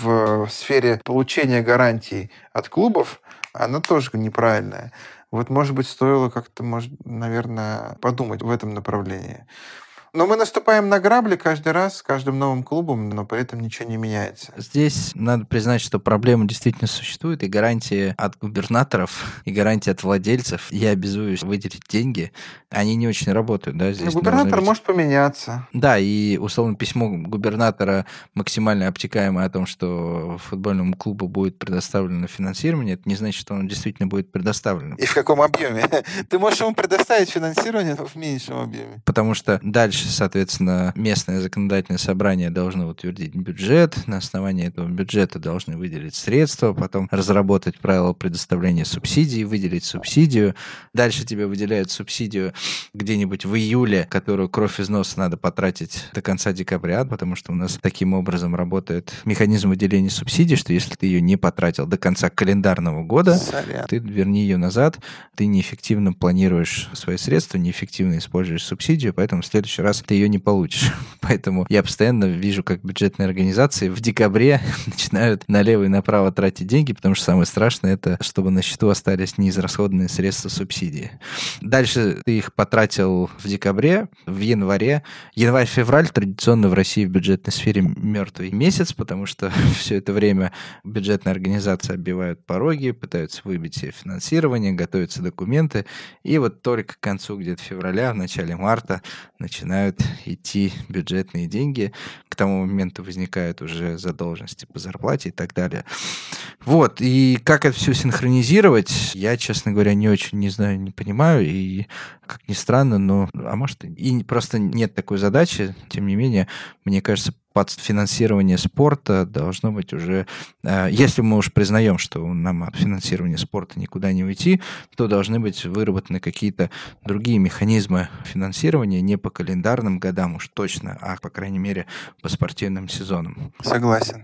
S1: в сфере получения гарантий от клубов, оно тоже неправильное. Вот, может быть, стоило как-то, может, наверное, подумать в этом направлении. Но мы наступаем на грабли каждый раз с каждым новым клубом, но при этом ничего не меняется.
S2: Здесь надо признать, что проблема действительно существует, и гарантии от губернаторов, и гарантии от владельцев. Я обязуюсь выделить деньги. Они не очень работают, да, здесь.
S1: Ну, губернатор
S2: быть...
S1: может поменяться.
S2: Да, и условно письмо губернатора максимально обтекаемое о том, что футбольному клубу будет предоставлено финансирование, это не значит, что оно действительно будет предоставлено.
S1: И в каком объеме? Ты можешь ему предоставить финансирование в меньшем объеме.
S2: Потому что дальше, соответственно, местное законодательное собрание должно утвердить бюджет, на основании этого бюджета должны выделить средства, потом разработать правила предоставления субсидий, выделить субсидию. Дальше тебе выделяют субсидию где-нибудь в июле, которую кровь из носа надо потратить до конца декабря, потому что у нас таким образом работает механизм выделения субсидий, что если ты ее не потратил до конца календарного года,
S1: Сорян.
S2: ты верни ее назад, ты неэффективно планируешь свои средства, неэффективно используешь субсидию, поэтому в следующий раз ты ее не получишь. Поэтому я постоянно вижу, как бюджетные организации в декабре начинают налево и направо тратить деньги, потому что самое страшное это, чтобы на счету остались неизрасходованные средства субсидии. Дальше ты их потратил в декабре, в январе. Январь-февраль традиционно в России в бюджетной сфере мертвый месяц, потому что все это время бюджетные организации оббивают пороги, пытаются выбить себе финансирование, готовятся документы, и вот только к концу где-то февраля, в начале марта начинают идти бюджетные деньги. К тому моменту возникают уже задолженности по зарплате и так далее. Вот, и как это все синхронизировать, я, честно говоря, не очень не знаю, не понимаю, и, как ни странно, но, а может, и просто нет такой задачи, тем не менее, мне кажется, под финансирование спорта должно быть уже... Если мы уж признаем, что нам от финансирования спорта никуда не уйти, то должны быть выработаны какие-то другие механизмы финансирования, не по календарным годам уж точно, а, по крайней мере, по спортивным сезонам.
S1: Согласен.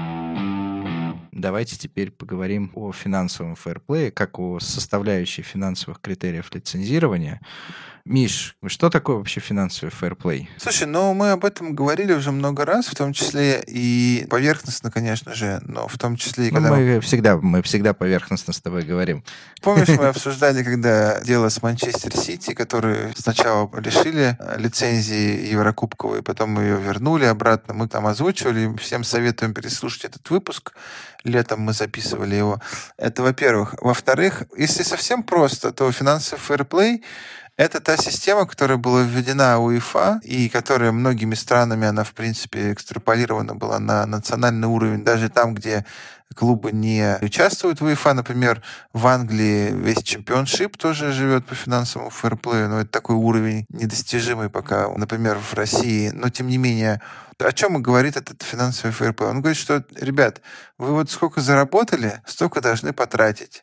S2: Давайте теперь поговорим о финансовом фэрплее, как о составляющей финансовых критериев лицензирования. Миш, что такое вообще финансовый фэрплей?
S1: Слушай, ну мы об этом говорили уже много раз, в том числе и поверхностно, конечно же, но в том числе и
S2: ну,
S1: когда...
S2: Мы всегда, мы всегда поверхностно с тобой говорим.
S1: Помнишь, мы обсуждали, когда дело с Манчестер Сити, которые сначала лишили лицензии Еврокубковой, потом ее вернули обратно. Мы там озвучивали, всем советуем переслушать этот выпуск. Летом мы записывали его. Это, во-первых. Во-вторых, если совсем просто, то финансовый фэрплей — это та система, которая была введена УЕФА, и которая многими странами, она, в принципе, экстраполирована была на национальный уровень, даже там, где клубы не участвуют в УЕФА. Например, в Англии весь чемпионшип тоже живет по финансовому фэрплею, но это такой уровень недостижимый пока, например, в России. Но, тем не менее, о чем и говорит этот финансовый фэрплей? Он говорит, что, ребят, вы вот сколько заработали, столько должны потратить.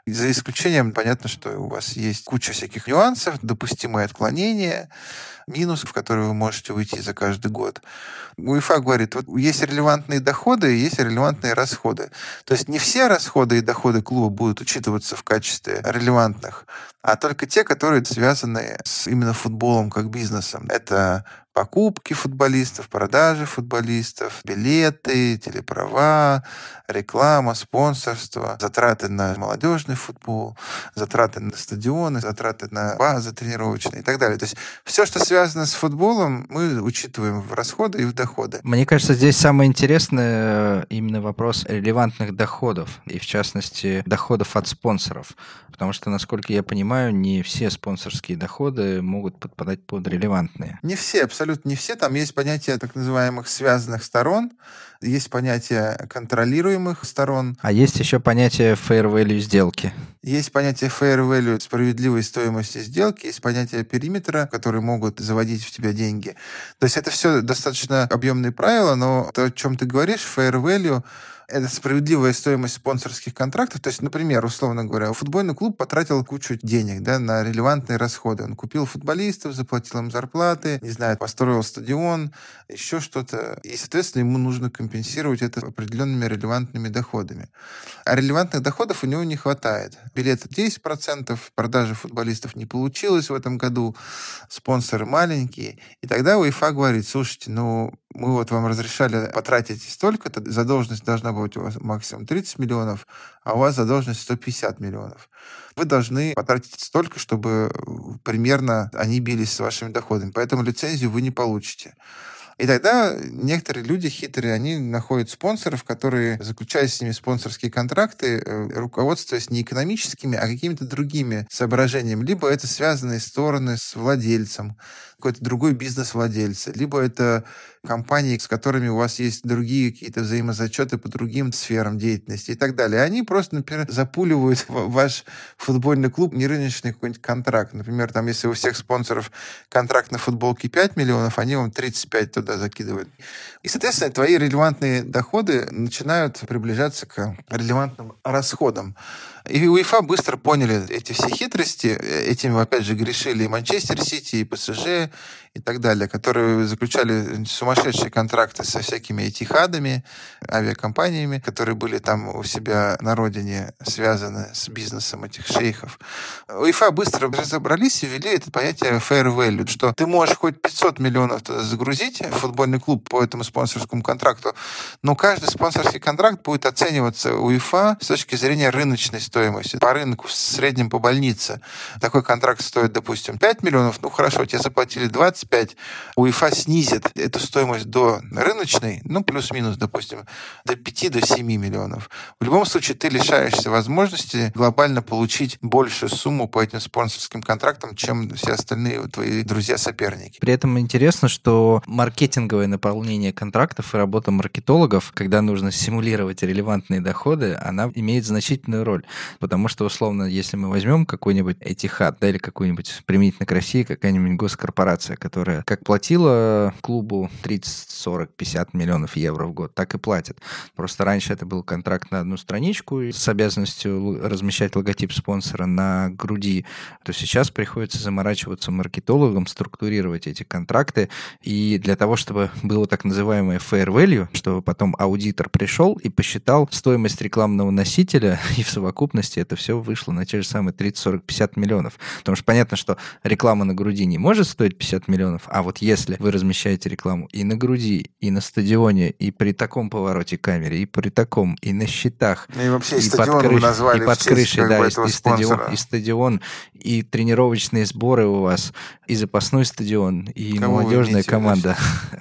S1: За исключением, понятно, что у вас есть куча всяких нюансов, допустимые отклонения, минусов, в которые вы можете уйти за каждый год. УЕФА говорит, вот есть релевантные доходы и есть релевантные расходы. То есть не все расходы и доходы клуба будут учитываться в качестве релевантных, а только те, которые связаны с именно футболом как бизнесом. Это покупки футболистов, продажи футболистов, билеты, телеправа, реклама, спонсорство, затраты на молодежный футбол, затраты на стадионы, затраты на базы тренировочные и так далее. То есть все, что связано с футболом, мы учитываем в расходы и в доходы.
S2: Мне кажется, здесь самое интересное именно вопрос релевантных доходов, и в частности доходов от спонсоров. Потому что, насколько я понимаю, не все спонсорские доходы могут подпадать под релевантные.
S1: Не все, абсолютно не все. Там есть понятие так называемых связанных сторон, есть понятие контролируемых сторон.
S2: А есть еще понятие fair value сделки.
S1: Есть понятие fair value, справедливой стоимости сделки, есть понятие периметра, которые могут заводить в тебя деньги. То есть это все достаточно объемные правила, но то, о чем ты говоришь, fair value, это справедливая стоимость спонсорских контрактов. То есть, например, условно говоря, футбольный клуб потратил кучу денег, да, на релевантные расходы. Он купил футболистов, заплатил им зарплаты, не знаю, построил стадион, еще что-то. И, соответственно, ему нужно компенсировать это определенными релевантными доходами. А релевантных доходов у него не хватает. Билеты десять процентов, продажи футболистов не получилось в этом году, спонсоры маленькие. И тогда УЕФА говорит, слушайте, ну, мы вот вам разрешали потратить столько-то, задолженность должна быть у вас максимум тридцать миллионов, а у вас задолженность сто пятьдесят миллионов. Вы должны потратить столько, чтобы примерно они бились с вашими доходами. Поэтому лицензию вы не получите. И тогда некоторые люди хитрые, они находят спонсоров, которые заключают с ними спонсорские контракты, руководствуясь не экономическими, а какими-то другими соображениями. Либо это связанные стороны с владельцем, какой-то другой бизнес-владельца, либо это компании, с которыми у вас есть другие какие-то взаимозачеты по другим сферам деятельности и так далее. Они просто, например, запуливают ваш футбольный клуб нерыночный какой-нибудь контракт. Например, там, если у всех спонсоров контракт на футболке пять миллионов, они вам тридцать пять туда закидывают. И, соответственно, твои релевантные доходы начинают приближаться к релевантным расходам. И УЕФА быстро поняли эти все хитрости. Этим, опять же, грешили и Манчестер Сити, и ПСЖ, и так далее, которые заключали сумасшедшие контракты со всякими этихадами, авиакомпаниями, которые были там у себя на родине связаны с бизнесом этих шейхов. УЕФА быстро разобрались и ввели это понятие fair value, что ты можешь хоть пятьсот миллионов загрузить в футбольный клуб по этому спонсорскому контракту, но каждый спонсорский контракт будет оцениваться УЕФА с точки зрения рыночной стоимости. По рынку, в среднем по больнице. Такой контракт стоит, допустим, пять миллионов, ну хорошо, тебе заплатили двадцать пять, УЕФА снизит эту стоимость до рыночной, ну плюс-минус, допустим, до пяти-семи миллионов. В любом случае ты лишаешься возможности глобально получить большую сумму по этим спонсорским контрактам, чем все остальные твои друзья-соперники.
S2: При этом интересно, что маркетинговое наполнение контрактов и работа маркетологов, когда нужно симулировать релевантные доходы, она имеет значительную роль. Потому что, условно, если мы возьмем какой-нибудь Этихад, да, или какую-нибудь, применительно к России, какая-нибудь госкорпорация, которая как платила клубу тридцать, сорок, пятьдесят миллионов евро в год, так и платит. Просто раньше это был контракт на одну страничку с обязанностью размещать логотип спонсора на груди, то сейчас приходится заморачиваться маркетологам, структурировать эти контракты, и для того, чтобы было так называемое fair value, чтобы потом аудитор пришел и посчитал стоимость рекламного носителя, и в совокупности это все вышло на те же самые тридцать, сорок, пятьдесят миллионов. Потому что понятно, что реклама на груди не может стоить пятьдесят миллионов, а вот если вы размещаете рекламу и на груди, и на стадионе, и при таком повороте камеры, и при таком, и на счетах,
S1: и вообще и,
S2: и
S1: стадион
S2: под, крыш,
S1: вы назвали
S2: и под
S1: честь,
S2: крышей, да, и, и, стадион, и стадион, и тренировочные сборы у вас, и запасной стадион, и
S1: Кого
S2: молодежная команда.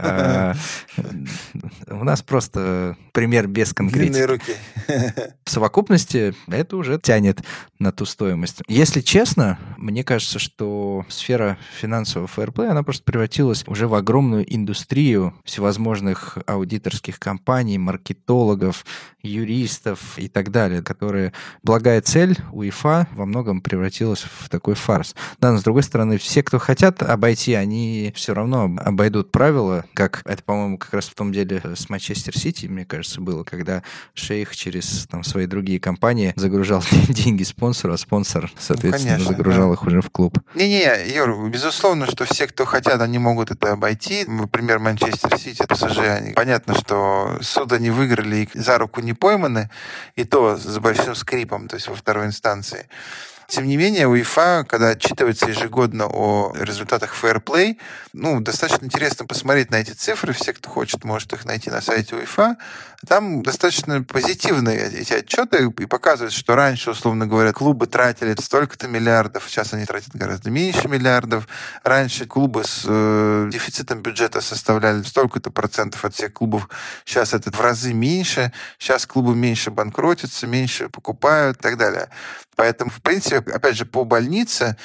S2: У нас просто пример без конкретики.
S1: Длинные руки.
S2: В совокупности это уже тянет на ту стоимость. Если честно, мне кажется, что сфера финансового фэрплея, она просто превратилась уже в огромную индустрию всевозможных аудиторских компаний, маркетологов, юристов и так далее, которые, благая цель УЕФА, во многом превратилась в такой фарс. Да, но с другой стороны, все, кто хотят обойти, они все равно обойдут правила, как это, по-моему, как раз в том деле с Манчестер Сити, мне кажется, было, когда шейх через там, свои другие компании загружал загружал деньги спонсору, а спонсор, соответственно, ну, конечно, загружал да. их уже в клуб.
S1: Не-не, Юр, безусловно, что все, кто хотят, они могут это обойти. Например, Манчестер Сити, ПСЖ, они, понятно, что суда не выиграли и за руку не пойманы, и то с большим скрипом, то есть во второй инстанции. Тем не менее, УЕФА, когда отчитывается ежегодно о результатах фейерплей, ну, достаточно интересно посмотреть на эти цифры. Все, кто хочет, может их найти на сайте УЕФА. Там достаточно позитивные эти отчеты и показывают, что раньше, условно говоря, клубы тратили столько-то миллиардов, сейчас они тратят гораздо меньше миллиардов. Раньше клубы с э, дефицитом бюджета составляли столько-то процентов от всех клубов, сейчас это в разы меньше. Сейчас клубы меньше банкротятся, меньше покупают и так далее. Поэтому, в принципе, опять же, по больнице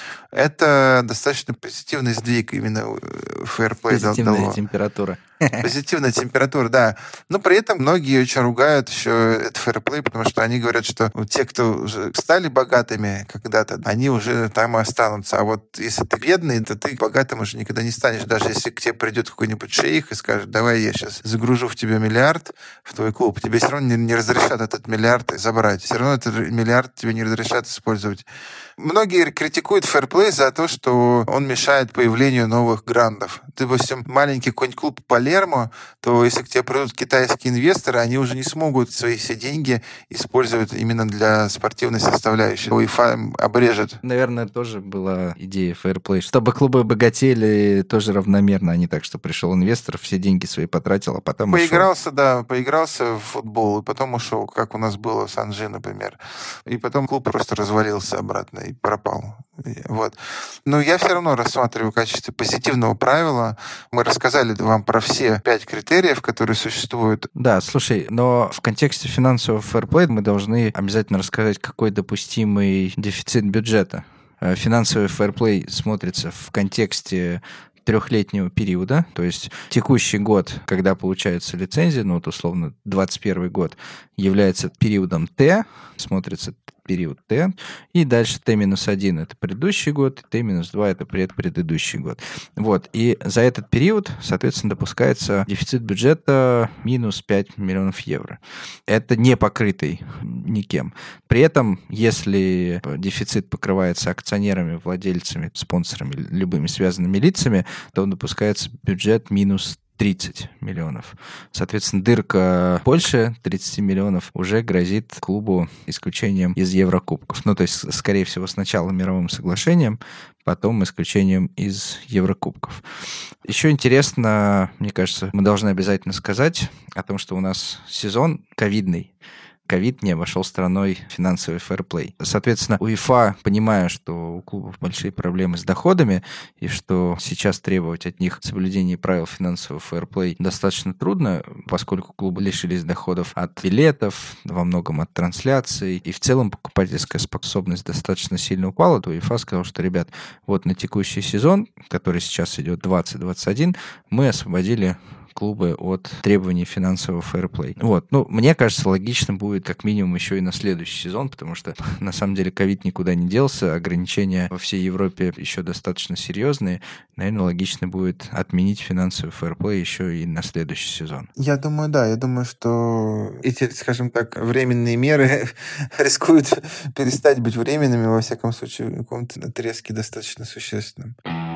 S1: это достаточно позитивный сдвиг именно фейерплей.
S2: Позитивная дало. температура.
S1: Позитивная температура, да. Но при этом многие очень ругают еще этот фейерплей, потому что они говорят, что те, кто уже стали богатыми когда-то, они уже там и останутся. А вот если ты бедный, то ты богатым уже никогда не станешь. Даже если к тебе придет какой-нибудь шейх и скажет, давай я сейчас загружу в тебя миллиард в твой клуб, тебе все равно не, не разрешат этот миллиард забрать. Все равно этот миллиард тебе не разрешат использовать. Многие критикуют фейерплей за то, что он мешает появлению новых грандов. Ты, допустим, маленький какой-нибудь клуб Палермо, то если к тебе придут китайские инвесторы, они уже не смогут свои все деньги использовать именно для спортивной составляющей. УЕФА обрежет.
S2: Наверное, тоже была идея фейерплей, чтобы клубы богатели тоже равномерно, а не так, что пришел инвестор, все деньги свои потратил, а потом
S1: Поигрался,
S2: ушел.
S1: да, поигрался в футбол, и потом ушел, как у нас было с Анжи, например. И потом клуб просто развалился обратно и пропал. Вот. Но я все равно рассматриваю в качестве позитивного правила. Мы рассказали вам про все пять критериев, которые существуют.
S2: Да, слушай, но в контексте финансового фэрплея мы должны обязательно рассказать, какой допустимый дефицит бюджета. Финансовый фэрплей смотрится в контексте трехлетнего периода, то есть текущий год, когда получается лицензия, ну вот условно двадцать первый год, является периодом Т, смотрится период Т, и дальше Т минус один это предыдущий год, Т минус два это предыдущий год. Вот, и за этот период, соответственно, допускается дефицит бюджета минус пять миллионов евро. Это не покрытый никем. При этом, если дефицит покрывается акционерами, владельцами, спонсорами, любыми связанными лицами, то допускается бюджет минус тридцать миллионов. Соответственно, дырка больше тридцать миллионов уже грозит клубу исключением из Еврокубков. Ну, то есть, скорее всего, сначала мировым соглашением, потом исключением из Еврокубков. Еще интересно, мне кажется, мы должны обязательно сказать о том, что у нас сезон ковидный. Ковид не обошел стороной финансовый фэрплей. Соответственно, УЕФА, понимая, что у клубов большие проблемы с доходами, и что сейчас требовать от них соблюдения правил финансового фэрплей достаточно трудно, поскольку клубы лишились доходов от билетов, во многом от трансляций, и в целом покупательская способность достаточно сильно упала, то УЕФА сказал, что, ребят, вот на текущий сезон, который сейчас идет двадцать двадцать один, мы освободили клубы от требований финансового фэрплей. Вот. Ну, мне кажется, логично будет как минимум еще и на следующий сезон, потому что, на самом деле, ковид никуда не делся, ограничения во всей Европе еще достаточно серьезные. Наверное, логично будет отменить финансовый фэрплей еще и на следующий сезон.
S1: Я думаю, да. Я думаю, что эти, скажем так, временные меры рискуют перестать быть временными, во всяком случае, в каком-то отрезке достаточно существенном.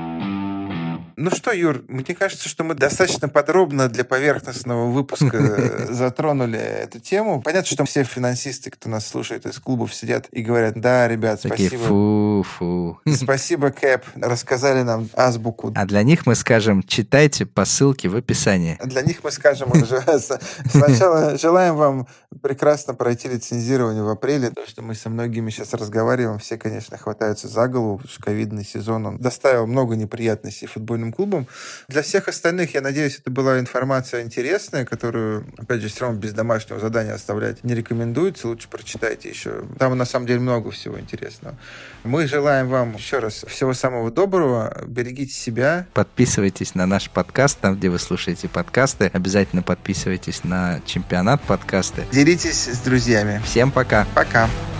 S1: Ну что, Юр, мне кажется, что мы достаточно подробно для поверхностного выпуска затронули эту тему. Понятно, что все финансисты, кто нас слушает из клубов, сидят и говорят, да, ребят,
S2: такие
S1: спасибо.
S2: Фу-фу.
S1: Спасибо, Кэп, рассказали нам азбуку.
S2: А для них мы скажем, читайте по ссылке в описании.
S1: Для них мы скажем, сначала желаем вам прекрасно пройти лицензирование в апреле. То, что мы со многими сейчас разговариваем, все, конечно, хватаются за голову, потому что ковидный сезон, он доставил много неприятностей футбольным клубам. Для всех остальных, я надеюсь, это была информация интересная, которую, опять же, все равно без домашнего задания оставлять не рекомендуется. Лучше прочитайте еще. Там, на самом деле, много всего интересного. Мы желаем вам еще раз всего самого доброго. Берегите себя.
S2: Подписывайтесь на наш подкаст, там, где вы слушаете подкасты. Обязательно подписывайтесь на чемпионат подкасты.
S1: Делитесь с друзьями.
S2: Всем пока.
S1: Пока.